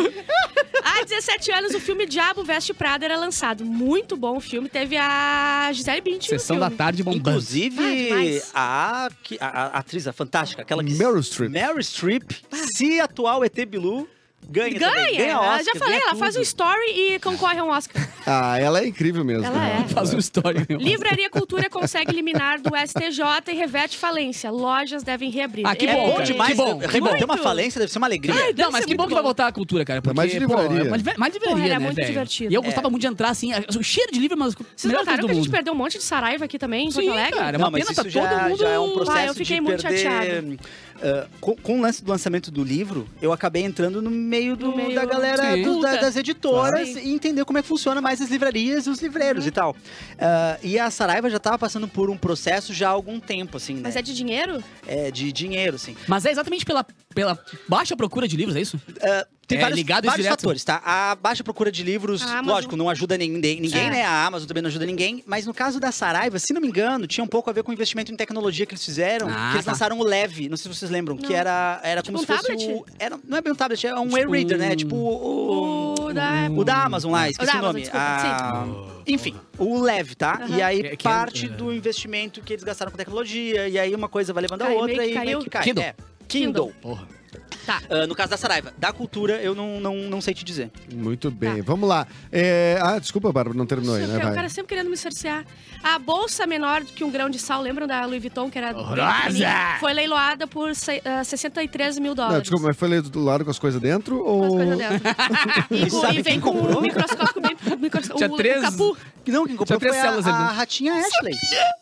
Há dezessete anos, o filme Diabo Veste Prada era lançado. Muito bom o filme. Teve a Gisele Bündchen no Sessão da filme. tarde bombando. Inclusive, Ah, demais. a, que- a, a atriz, a fantástica, aquela que... Meryl Streep. Meryl Streep, se atuar o E T Bilu, ganha também. Ganha! Ganha eu Oscar, já falei, ganha ela faz um tudo. story e concorre a um Oscar. Ah, ela é incrível mesmo. Ela né? é. Faz uma história. meu. Livraria Cultura consegue eliminar do S T J e reverte falência. Lojas devem reabrir. Ah, que É bom, Bom cara. demais. Que bom, que Reverter bom. uma falência deve ser uma alegria. Ai, Não, mas ser que bom muito que vai bom. voltar a cultura, cara. Porque, mais de pô, livraria. é mais, de- mais de livraria, Porra, era né, muito velho? divertido. E eu É. gostava muito de entrar, assim, o cheiro de livro, mas Vocês melhor coisa notaram do que a gente mundo. perdeu um monte de Saraiva aqui também, em Porto Sim, Alegre? cara, é Não, uma mas pena, isso tá já, todo mundo... já é um processo Ah, eu fiquei de muito perder... chateada. ah, com, com o lance do lançamento do livro, eu acabei entrando no meio, do, No meio- da galera Sim. do- da- Culta. das editoras Claro. e entender como é que funciona mais as livrarias e os livreiros Uhum. e tal. Ah, e a Saraiva já tava passando por um processo já há algum tempo, assim, né? Mas é de dinheiro? É, de dinheiro, assim. Mas é exatamente pela, pela baixa procura de livros, é isso? Ah, tem É vários, ligado vários direto. fatores, tá? A baixa procura de livros, A Amazon. lógico, não ajuda ninguém, ninguém É. né? A Amazon também não ajuda ninguém. Mas no caso da Saraiva, se não me engano, tinha um pouco a ver com o investimento em tecnologia que eles fizeram. Ah, que eles tá. lançaram o Leve, não sei se vocês lembram, que Não. era, era Tipo como um se fosse tablet? o... Era, não é bem um tablet, é um Tipo e-reader, né? um- Tipo o... O da... O da Amazon lá, esqueci da o Amazon, nome. desculpa, Ah, enfim, o Leve, tá? Aham. E aí É que é- parte é. do investimento que eles gastaram com tecnologia, e aí uma coisa vai levando a Cai, outra meio que e meio caiu. que cai. Kindle. É, Kindle. Porra. Tá. Ah, no caso da Saraiva. Da cultura, eu não, não, não sei te dizer. Muito bem. Tá. Vamos lá. É, Ah, desculpa, Bárbara, não terminou aí, né? O Vai. cara sempre querendo me cercear. A bolsa menor que um grão de sal, lembram da Louis Vuitton, que era bem Horrorosa! pequenininha? Foi leiloada por se- ah, sessenta e três mil dólares. Não, desculpa, mas foi ali do lado com as coisas dentro? Com as Ou... coisas dentro. E, com- sabe e vem quem com comprou? um microscópio bem... Microscópio, Tinha o, três- o capu. Não, quem comprou Tinha três foi a, células ali a dentro. ratinha Ashley.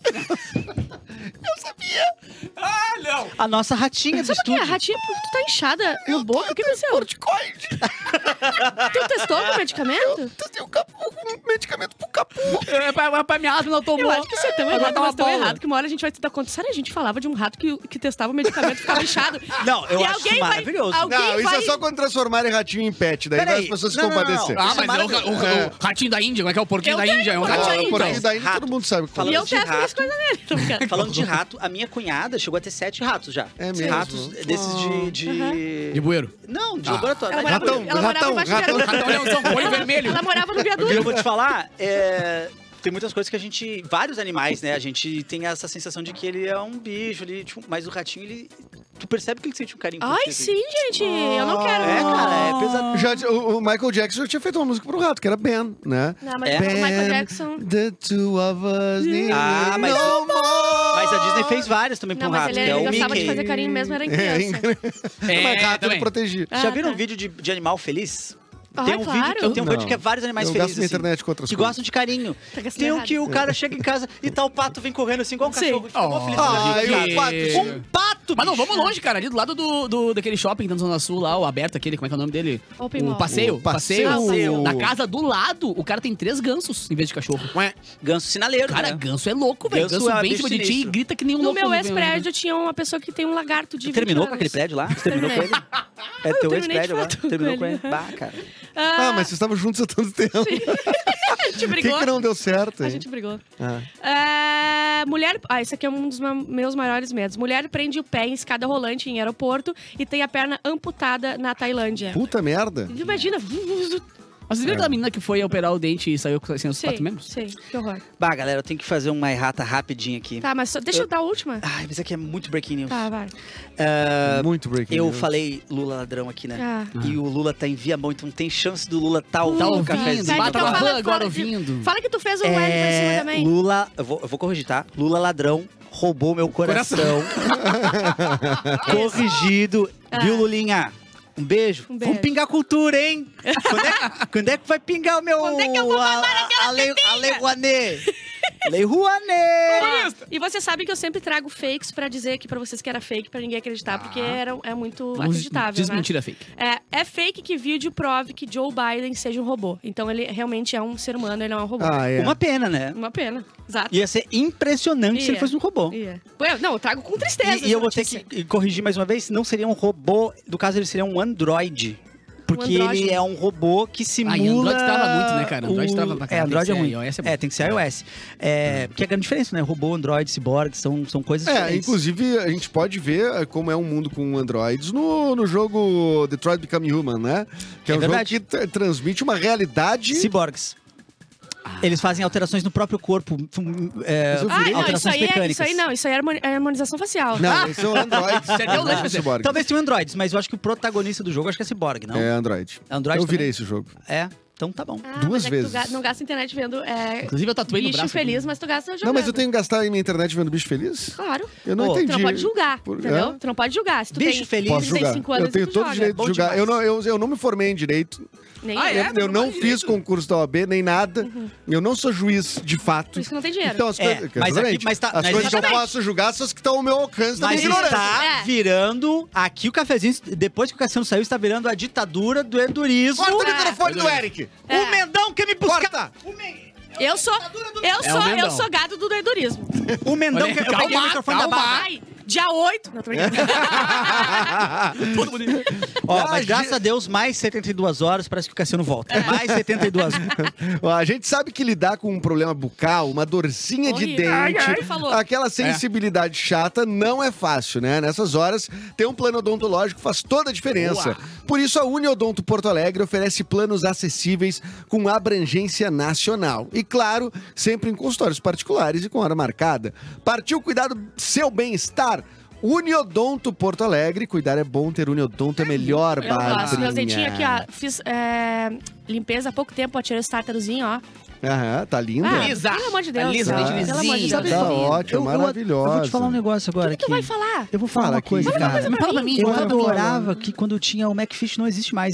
Ah, não! A nossa ratinha do Sabe o que é? estúdio. Ratinha, tu tá inchada no boca? O que aconteceu? Tu testou algum medicamento? Eu capu com medicamento pro capô. É, pra, pra minha asma não tomou. Eu acho que isso é tão Agora errado, tá uma mas tão bola. errado que uma hora a gente vai se dar conta. Sério, a gente falava de um rato que, que testava o medicamento e ficava inchado. Não, eu E acho alguém isso vai- maravilhoso. alguém Não, isso vai- é só quando transformarem ratinho em pet. Daí vai Peraí, as pessoas se não, não, não, compadecer. não. Ah, Isso é mas é o, ra- o, maravilhoso. o ratinho da Índia, como é que é o porquinho Eu da tenho Índia? É um um ratinho. ratinho, Ah, porque então. daí Rato. todo mundo sabe. Falando E eu de testo rato. as coisas nele. Tô brincando. Falando de rato, a minha cunhada chegou a ter sete ratos já. É mesmo? Ratos desses de... de... De bueiro. Não, de Ah. laboratório. Ela Mas morava, Ratão, ela morava ratão, embaixo ratão, do Ratão viaduto. leãozão com olho vermelho. Ela morava no E eu viaduto. vou te falar, é, tem muitas coisas que a gente... Vários animais, né? A gente tem essa sensação de que ele é um bicho ali, tipo, mas o ratinho, ele... Tu percebe que ele sente um carinho por Ai, ti, assim. sim, gente. Eu não quero. É, cara, é pesado. Já, o, o Michael Jackson já tinha feito uma música pro rato, que era Ben, né? Não, mas É. o Michael Jackson... The two of us need Ah, mas- no more. Mas a Disney fez várias também pro Não, mas rato, ele, que é ele o gostava Mickey. de fazer carinho mesmo, era em É, criança. É, mas rato ele também. protegia. Ah, Já viram tá. um vídeo de, de animal feliz? Ah, Tem um claro. vídeo, tem um Não. vídeo que é vários animais Eu gasto felizes, minha assim, internet com outras que coisas. gostam de carinho. Tá gastando Tem um errado. que o cara chega em casa e tá o pato vem correndo assim, igual um Sim. cachorro. Fica mó feliz com Ah, a vida, e o cara. pato? Um pato, Mas não, bicho. vamos longe, cara. Ali do lado do, do, daquele shopping que tá na Zona Sul lá, o aberto aquele, como é que é o nome dele? Open o Mall. passeio. O passeio. passeio. Passeio. Na casa do lado, o cara tem três gansos em vez de cachorro. Ganso sinaleiro, Cara, né? ganso é louco, velho. Ganso Ganso é vem em bicho cima de ti e sinistro. grita que nem um No louco. meu quando ex-prédio tinha uma pessoa que tem um lagarto de Tu terminou vinte com aquele anos. prédio lá? Tu terminou com ele? Terminei. É teu terminei ex-prédio de agora? fato Terminou com com ele? ele. Bah, cara. Ah, mas vocês estavam juntos há tanto tempo. A gente O que, brigou. que não deu certo? A hein? gente brigou. Ah. É, mulher. Ah, esse aqui é um dos ma- meus maiores medos. Mulher prende o pé em escada rolante em aeroporto e tem a perna amputada na Tailândia. Puta merda. Imagina. Mas vocês viram aquela menina que foi operar o dente e saiu sem os quatro Sei, membros? sei, que horror. Bah, galera, eu tenho que fazer uma errata rapidinha aqui. Tá, mas só, deixa eu dar a última. Ai, mas aqui é muito breaking news. Tá, vai. Ah, Muito breaking eu news. falei Lula ladrão aqui, né? Ah. E o Lula tá em Viamão, então tem chance do Lula tá Tá ouvindo o ouvindo, cafezinho. Tá, bata então uma fala- van agora fala de- ouvindo. Fala que tu fez um live pra cima É, também. Lula, eu vou, eu vou corrigir, tá? Lula ladrão roubou meu coração. Corrigido. Ah. Viu, Lulinha? Um beijo. Um beijo. Vamos pingar cultura, hein? Quando é, quando é que vai pingar o meu... Quando é que eu vou a, mamar a, a, lei, a Lei Rouanet? Lei Rouanet! E você sabe que eu sempre trago fakes pra dizer aqui pra vocês que era fake, pra ninguém acreditar, porque era, é muito Vamos acreditável, diz né? mentira fake. É, é fake que vídeo prove que Joe Biden seja um robô. Então ele realmente é um ser humano, ele não é um robô. Ah, é. Uma pena, né? Uma pena. Exato. Ia ser impressionante se ele Ia. fosse um robô. Ia. Pô, eu- Não, eu trago com tristeza. E, e eu essa vou ter notícia. que corrigir mais uma vez, não seria um robô, no caso ele seria um androide. Porque Um andrógeno. ele é um robô que simula... Ah, e Android trava muito, né, cara? Android o- trava pra É, caralho. Android é Tem que ser ruim. iOS é bom. É, tem que ser iOS. É, porque é a grande diferença, né? Robô, Android, Cyborg, são, são coisas É, diferentes. inclusive a gente pode ver eh, como é um mundo com androids no, no jogo Detroit Become Human, né? Que é, É um verdade. jogo que tra- transmite uma realidade. Cyborgs. Eles fazem alterações no próprio corpo, hum, é, Mas eu Ah, virei- não, isso alterações aí, é, mecânicas. isso aí não, isso aí é harmoni- é harmonização facial. Não, eles são androids. Você deu Não são lance, ciborgues. Talvez tenham androids, mas eu acho que o protagonista do jogo acho que é Cyborg, não? É android. É Android Eu virei também? esse jogo. É, então tá bom. Ah, Duas mas é que vezes. Tu ga- não gasta internet vendo é, Inclusive eu tatuei no bicho braço. feliz, mas tu gasta jogando. Não, mas eu tenho que gastar em minha internet vendo bicho feliz? Claro. Eu não Pô, entendi. Tu não pode julgar, Por- entendeu? Hã? Tu não pode julgar. Se tu Bicho tem feliz. Posso julgar. trinta e cinco anos, Eu tenho tu todo o joga. direito Bom de julgar. Eu demais. não, eu, eu não me formei em direito. Nem Ah, eu. é? Eu, eu não fiz concurso da O A B, nem nada. Eu não sou juiz, de fato. Por isso que não tem dinheiro. Então, as É, coisas, mas exatamente. aqui- mas tá- as mas coisas que eu exatamente. posso julgar são as que estão ao meu alcance da minha Mas ignorância. está É. virando, aqui o cafezinho, depois que o Cassiano saiu, está virando a ditadura do endurismo. Corta o É. microfone do Eric! É. O Mendão quer me buscar. Corta! Eu sou, eu É o sou, eu Mendão. sou gado do doidorismo. O Mendão Olha, quer... Eu peguei o calma, microfone da calma. barra. Ai, dia oito. Não, tô brincando. Todo mundo... Ó, Ah, mas graças ge- a Deus, mais setenta e duas horas, parece que o Cassiano volta. Mais setenta e duas horas. Ó, a gente sabe que lidar com um problema bucal, uma dorzinha de Horrível. Ai, dente, ai, falou. aquela sensibilidade chata, não é fácil, né? Nessas horas, ter um plano odontológico faz toda a diferença. Boa. Por isso, a Uniodonto Porto Alegre oferece planos acessíveis com abrangência nacional. E, claro, sempre em consultórios particulares e com hora marcada. Partiu cuidar do seu bem-estar? Uniodonto Porto Alegre. Cuidar é bom, ter Uniodonto é melhor, Eu gosto. Barbrinha. Meus dentinhos aqui, ó. Fiz é, limpeza há pouco tempo, ó. Tirei os tártarozinhos, ó. Aham, tá linda. Ah, Lisa. pelo amor de Deus. A Lisa, ó. dente Pelo amor de lisinho, Deus. Tá Sabe? ótimo, maravilhosa. Eu vou te falar um negócio agora O que aqui. tu vai falar? Eu vou falar Fala uma aqui. coisa, cara. Me fala pra mim. Eu fala pra mim. adorava que quando tinha o McFish não existe mais, né?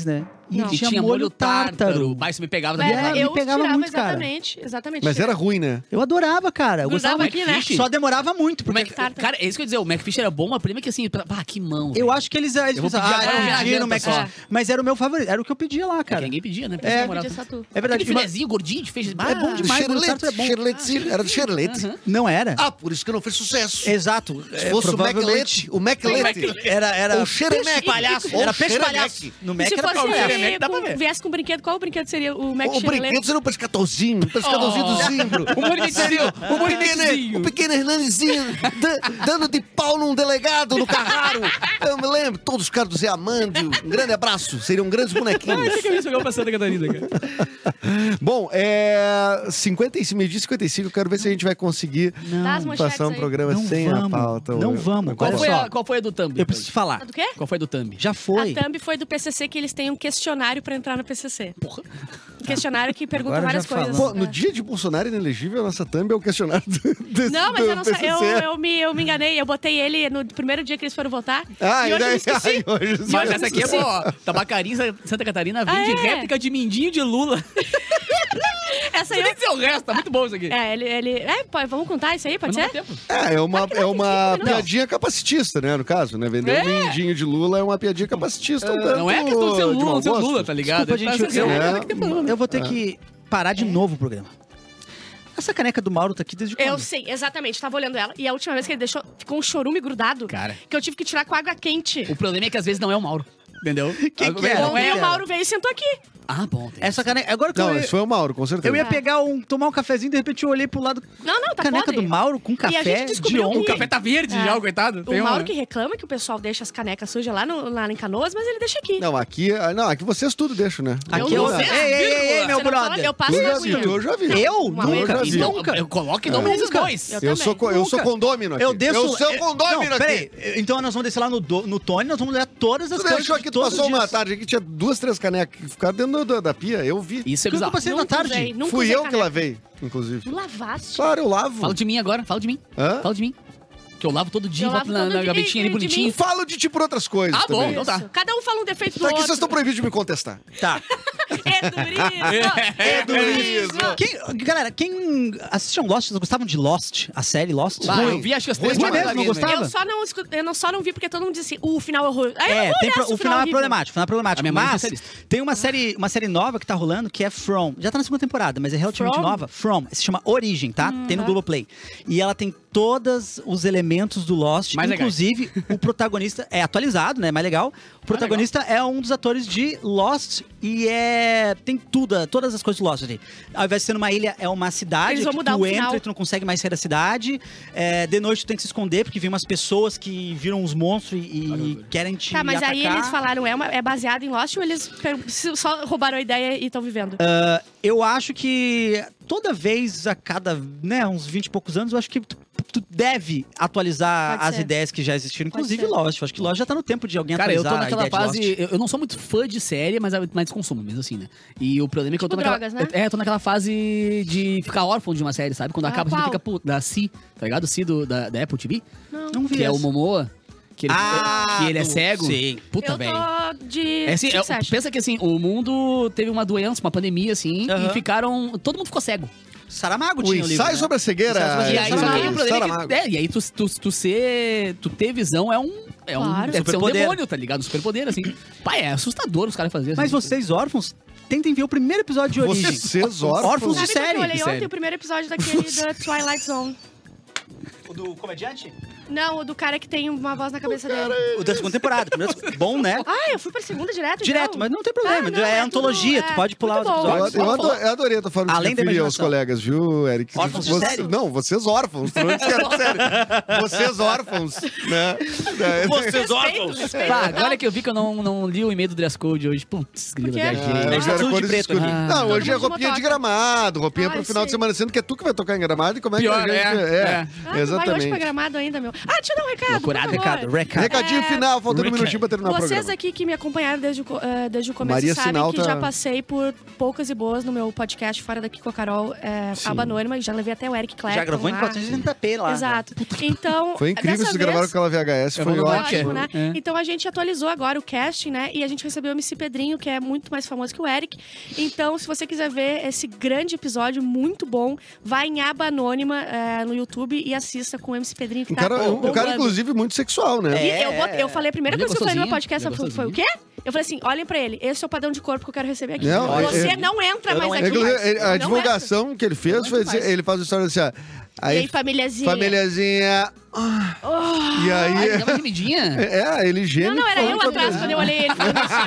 E Não. E tinha molho tártaro. Mas isso me pegava da É, minha me eu pegava tirava muito, cara. exatamente, exatamente. Mas era ruim, né? Eu adorava, cara. Eu Grudava gostava aqui, né? McFish. Só demorava muito, O porque... Mac... Cara, é isso que eu ia dizer. O McFish era bom, mas o problema é que assim, pra... ah, que mão. Eu acho que eles, eles Eu vou pensavam, pedir ah, agora eu uma pedi no janta McFish. só. Mas era o meu favorito, era o que eu pedia lá, Cara, cara. ninguém pedia, né? É, É, moral. Podia só tu. É verdade. Aquele Uma- filezinho gordinho de feixe. É bom demais, molho Xerlete, tártaro é bom. xerlete, era do xerlete. Não era? Ah, por isso que não fez sucesso. Exato. Se É, fosse o provavelmente- McLete, o McLete. Era, era Ou xeremeque. peixe palhaço. Ou Era peixe xeremeque. palhaço. No E Mac se era fosse peixe palhaço. Xeremeque, dá pra com, ver. viesse com brinquedo, qual brinquedo seria o Mac O Xerelete? brinquedo seria um pescadorzinho, um pescadorzinho do Zimbro. O Morinetezinho. O O pequeno, Morinetezinho. o pequeno Hernandezinho da- dando de pau num delegado no Carraro. Eu me lembro, todos os caras do Zé Amândio. Um grande abraço, seriam grandes bonequinhos. Ai, que eu ia jogar pra Santa Catarina, cara. Bom, é. cinquenta e cinco, meio dia cinquenta e cinco, eu quero ver se a gente vai conseguir Dá as manchetes passar um aí. programa Não sem vamos, a pauta. não Eu- vamos. Qual Olha foi, só. a, qual foi a do Thumb? Eu preciso te falar. A do quê? Qual foi a do Thumb? Já foi. A thumb foi do P C C, que eles têm um questionário pra entrar no P C C. Porra. Um questionário que pergunta Agora várias já coisas. falou. Pô, no É. dia de Bolsonaro inelegível, a nossa thumb é o questionário do, desse, Não, mas do eu, não sa- P C C. eu, eu, me, eu me enganei. Eu botei ele no primeiro dia que eles foram votar. Ah, e hoje eu me daí, esqueci. ai, hoje Mas essa aqui é boa. Tabacaria Santa Catarina vende Ah, é? réplica de mindinho de Lula. Essa Você aí nem eu... dizer o resto, tá muito bom isso aqui. É, ele... ele... É, pô, vamos contar isso aí, pode Mas não ser? dá tempo. É, é uma, Claro que não, é tem uma cinco minutos. piadinha capacitista, né, no caso, né? Vender É. um mindinho de Lula é uma piadinha capacitista. um tanto Não é questão de ser de Lula, mau não ser gosto. Lula, tá ligado? Desculpa, Tá gente, sendo- eu, é, que tem problema. eu vou ter que parar de novo o programa. Essa caneca do Mauro tá aqui desde quando? Eu sei, exatamente. Tava olhando ela. E a última vez que ele deixou, ficou um chorume grudado. Cara. Que eu tive que tirar com água quente. O problema é que às vezes não é o Mauro. Entendeu? Quem que é? Não Ontem é o Mauro veio e sentou aqui. Ah, bom. tem Essa caneca... Agora que Não, eu, esse foi o Mauro, com certeza. eu ia Ah. pegar um... Tomar um cafezinho, de repente eu olhei pro lado... Não, não, tá caneca podre. do Mauro com E a café gente de descobriu ontem. O café tá verde É. já, o coitado. O Tem Mauro uma- que reclama que o pessoal deixa as canecas sujas lá, no, lá em Canoas, mas ele deixa aqui. Não, aqui, ah, não, aqui vocês tudo deixam, né? Aqui Eu eu... não Ei, sei. ei, ei, ei, meu Você não fala, brother. eu passo Tu na já viu, aguinha. eu já vi. Eu? Uma Nunca. vez. Então, Nunca. eu coloque não Nunca. nesses dois. Eu Eu sou, co- eu sou Nunca. condômino aqui. Eu desço... Eu sou eu- condômino Não, aqui. peraí. Então nós vamos descer lá no, do- no Tony, nós vamos olhar todas as Tu coisas deixou aqui, de tu todos passou os uma dias. tarde aqui, tinha duas, três canecas que ficaram dentro da, da pia, eu vi. Isso é O que eu bizarro. passei na Nunca tarde? usei, nunca Fui usei eu que caneca. lavei, inclusive. Tu lavaste? Claro, eu lavo. Fala de mim agora, fala de mim. Hã? Fala de mim. Que eu lavo todo dia, Eu boto lavo na, todo na dia, gavetinha ali e- e de bonitinho. mim. Falo de ti por outras coisas Ah, bom, também. então tá. Isso. Cada um fala um defeito do Tá aqui, outro. vocês estão proibidos de me contestar. Tá. Edurismo. Edurismo. Quem, galera, quem assistiu Lost, vocês gostavam de Lost? A série Lost? Ah, Ruim. eu vi acho que as Ruim três mesmo, temporadas não ali, né? gostava? Eu só não, escu- eu não, só não vi porque todo mundo disse, o final é horror. Aí eu É, vou tem olhar pro- se o final é horrível. problemático, o final é problemático. A minha mãe é Mas especialista. tem uma série, uma série nova que tá rolando que é From. Já tá na segunda temporada, mas é relativamente From? nova. From. Se chama Origem, tá? Hum, tem no tá. Globoplay. E ela tem todos os elementos do Lost. Mais legais. inclusive, o protagonista é atualizado, né? Mais legal. O protagonista é um dos atores de Lost e é. Tem tudo, todas as coisas do Lost ali. Ao invés de ser numa ilha, é uma cidade Eles vão que mudar tu o entra final. e tu não consegue mais sair da cidade. É, de noite tu tem que se esconder, porque vem umas pessoas que viram uns monstros e, e querem te Tá, mas aí atacar. eles falaram, é, uma- é baseado em Lost ou eles per- só roubaram a ideia e estão vivendo? Ah, eu acho que toda vez, a cada, né, uns vinte e poucos anos, eu acho que tu, tu deve atualizar Pode as ser. ideias que já existiram, Pode inclusive ser. Lost. Eu acho que Lost já tá no tempo de alguém Cara, eu tô atualizar a naquela ideia de fase. Lost. Eu, eu não sou muito fã de série, mas é mais consumo mesmo assim, né? E o problema é que eu tô Tipo naquela. drogas, né? É, eu tô naquela fase de ficar órfão de uma série, sabe? Quando Ah, acaba, qual? você fica. Pô, da C, tá ligado? C do, da, da Apple T V, Não vi que é o essa. Momoa. Que ele, Ah, que ele é do- cego. sim. Puta, eu velho. tô de É assim, é- Succession. pensa que assim, o mundo teve uma doença, uma pandemia, assim, Aham. e ficaram. Todo mundo ficou cego. Saramago O tinha o livro, ensaio né? sobre a cegueira. Ensaio sobre E a aí, Saramago. só que aí o problema é Saramago. que. É, e aí tu, tu, tu ser. Tu ter visão é um. É um. Claro. Deve ser um Superpoder. demônio, tá ligado? Um superpoder, assim. Pai, é assustador os caras fazerem Mas assim. vocês, órfãos, tentem ver o primeiro episódio de Origem. Vocês, Órfãos órfãos. de Sabe qual que série. eu olhei de ontem? série. O primeiro episódio daquele da Twilight Zone. O do comediante? Não, o do cara que tem uma voz na cabeça dele. O da segunda temporada. Primeiro- Bom, né? Ah, eu fui pra segunda direto, Direto, então. mas não tem problema. Ah, não, é, é antologia, tudo- tu pode pular muito os bom. Eu, episódios. eu, ado- eu adorei a tua forma Além de da referir aos imaginação. colegas, viu, Eric? Órfãos de Você- série? Não, vocês órfãos. Tu não disse que era de série. Vocês órfãos, né? É, Vocês Respeito, respeito. Pá, agora que eu vi que eu não, não li o e-mail do dress code hoje. Putz, grila, quê? viajei. Ah, Mas hoje tá era tudo de cores preto, escuras. né? Não, Todo hoje é mundo de roupinha de motoca. gramado, roupinha Ah, pro final de sei. semana, sendo que é tu que vai tocar em gramado e como é que Pior, a gente... é, é. Ah, não vai hoje exatamente. pra Gramado ainda, meu. Ah, deixa eu dar um recado, Loucurado, por favor. Recado, recado. Recadinho É, final, faltando um Recado. minutinho pra terminar o Vocês programa. aqui que me acompanharam desde o, co- eh, desde o começo Maria sabem Sinal que tá- já passei por poucas e boas no meu podcast Fora Daqui com a Carol, é, Sim. Aba Anônima, e já levei até o Eric Clapton Já gravou em lá. quatrocentos e oitenta p lá. né? Exato. Então, Foi incrível dessa vocês vez, gravaram com aquela V H S, Eu foi vou no ótimo. ótimo, né? É. Então a gente atualizou agora o casting, né? E a gente recebeu o M C Pedrinho, que é muito mais famoso que o Eric. Então, se você quiser ver esse grande episódio, muito bom, vai em Aba Anônima é, no YouTube e assista com o M C Pedrinho, que Um tá cara, um bombando. cara, inclusive, muito sexual, né? E É, eu, botei- eu falei, a primeira Ele é coisa que eu falei no meu gostosinho, podcast ele é foi, foi o gostosinho. quê? Eu falei assim, olhem pra ele, esse é o padrão de corpo que eu quero receber aqui. Não, Você é- não entra eu mais não aqui. entro Inclusive, ele- a Não divulgação que ele fez Não foi entra dizer, mais. ele faz a história assim, ó. entra. Aí, E aí, famíliazinha. famíliazinha. ah, Oh. E Ai, aí. dá uma gemidinha. É, ele geme. Não, não, era falando eu com a atrás família. quando eu olhei ele falando assim.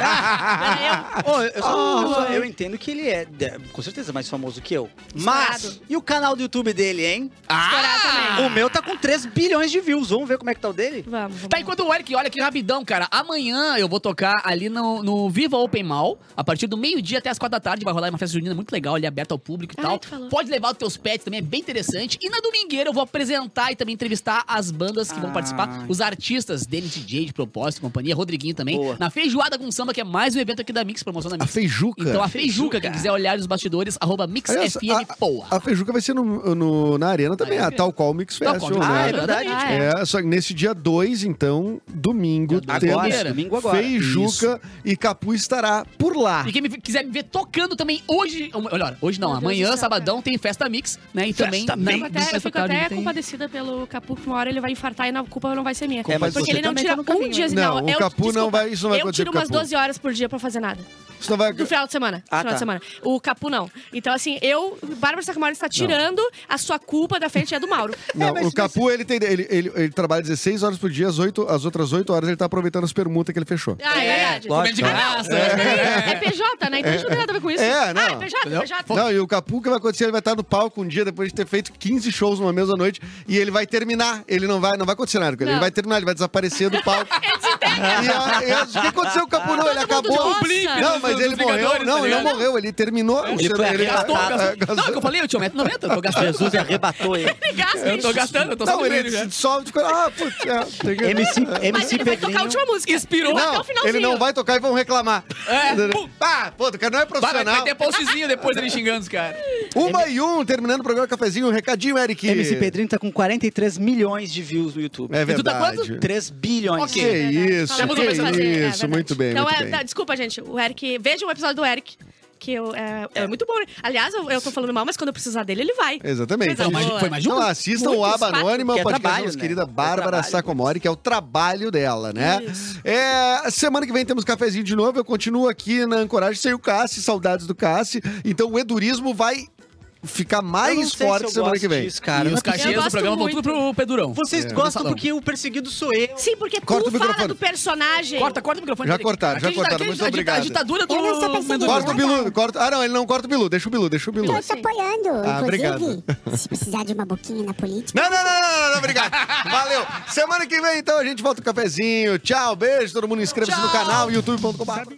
Era eu. Ô, eu, só- eu só- eu entendo que ele é, de- com certeza, mais famoso que eu. Mas, Estourado. e o canal do YouTube dele, hein? Estourar O meu tá com três bilhões de views. Vamos ver como é que tá o dele? Vamos, vamos. Tá, enquanto o Eric, olha aqui rapidão, cara. Amanhã eu vou tocar ali no, no Viva Open Mall, a partir do meio-dia até as quatro da tarde. Vai rolar uma festa junina muito legal ali, aberta ao público e Ah, tal. tu falou. Pode levar os teus pets também, é bem interessante. E na domingueira eu vou apresentar e também entrevistar as bandas que vão Ah. participar, os artistas, Denis D J de propósito, companhia, Rodriguinho também. Boa. Na Feijoada com Samba, que é mais um evento aqui da Mix, promoção da A Mix. feijuca. Então a Feijuca, Feijuca. quem quiser olhar os bastidores, arroba Aliás, MixFM Poa. a, a feijuca vai ser no, no- na arena também, Arena a tal qual o Mix Tal Festival, qual o Mix né? Ah, é verdade. Ah, é. É, só que nesse dia dois, então, domingo, Dia dois. temos Agora, domingo agora. Feijuca e Capu estará por lá. E quem me- quiser me ver tocando também hoje, ou melhor, hoje não, Meu Deus amanhã, do céu, sabadão, tem Festa Mix, né? E também Festa na, Eu, Mix. no até, eu Festa fico Tarde até tem- compadecida pelo Capu, que uma hora ele vai infartar e a culpa não vai ser minha. É, mas porque você ele não também tira tá no um caminho, dia... hein? Não, Não, o eu, Capu não desculpa, vai- isso não vai Eu acontecer tiro com o umas Capu. doze horas por dia pra fazer nada. Isso não vai... No final de semana. Ah, final tá. de semana. O Capu não. Então, assim, eu... Bárbara Sacomori está tirando a sua culpa da frente é do Mauro. Não, mas- o Capu, ele, tem, ele, ele, ele trabalha dezesseis horas por dia, as, oito, as outras oito horas ele tá aproveitando as permutas que ele fechou. Ah, é, verdade. Comendo de graça. É P J, né? Então isso não tem nada a ver com isso. É, não. Ah, é P J, P J. Não, e o Capu, o que vai acontecer? Ele vai estar no palco um dia depois de ter feito quinze shows numa mesma noite e ele vai terminar. Ele não vai, não vai acontecer nada com ele. Não. Ele vai terminar, ele vai desaparecer do palco. Ele desintegra. E a- e a- o que aconteceu com o Capu? Não, ele Todo mundo acabou. gosta. Não, mas Dos ele morreu. Vingadores, Não, tá ele não ligado? morreu, ele terminou. Ele foi ele, Gastou, é, gastou. é, gastou. Não, é o que eu falei, eu tinha um metro e noventa, eu tô gastando. Jesus arrebatou ele. Ele gasta, Eu tô gastando, eu tô só Não, no ele joelho já. se solta e fica. Ah, putz, é, tem que- M C, Mas M C ele vai tocar a Pedrinho. última música. Inspirou. Ele vai até Não, o finalzinho. ele não vai tocar e vão reclamar. É, Entendeu? Ah, pô, o cara não é Vai, vai, profissional. vai ter postzinho depois ele xingando os caras. Uma e um, terminando o programa Cafezinho, um recadinho, Eric. M C Pedrinho tá com quarenta e três milhões de views no YouTube. É E tu tá verdade. três bilhões. Ok. Que Verdade. isso, Fala, que vamos fazer, é isso, verdade. muito bem, Então, muito é, bem. tá, desculpa, gente. O Eric... Veja um episódio do Eric. Que eu, é, é muito bom. Aliás, eu, eu tô falando mal, mas quando eu precisar dele, ele vai. Exatamente. Coisa mais- boa. foi mais de um? Então assistam o Muitos, Aba quatro. Anônima, Que o é podcast da trabalho, nossa né? querida É Bárbara trabalho. Sacomori, que é o trabalho dela, né? Isso. É, semana que vem temos cafezinho de novo. Eu continuo aqui na Ancoragem sem o Cassi, saudades do Cassi. Então o edurismo vai ficar Eu não mais sei se forte eu semana gosto que vem. disso, cara. E os cachês do gosto programa vão muito. tudo pro Pedurão. Vocês É. gostam Salão. porque o perseguido sou eu. Sim, porque Corta o tu fala microfone. do personagem. Corta, corta o microfone. Já dele. cortaram, já Aqui tá- cortaram, aqui muito a dita- obrigado. A ditadura do Eu não sou perseguido. Pedurão. Corta o Bilu, corta. Ah, não, ele não corta o Bilu, deixa o Bilu, deixa o Bilu. Eu tô apoiando. Ah, Inclusive, se precisar de uma boquinha na política. Não, não, não, não, não, não, obrigado. Valeu. Semana que vem, então, a gente volta o cafezinho. Tchau, beijo, todo mundo inscreva-se no canal, youtube ponto com.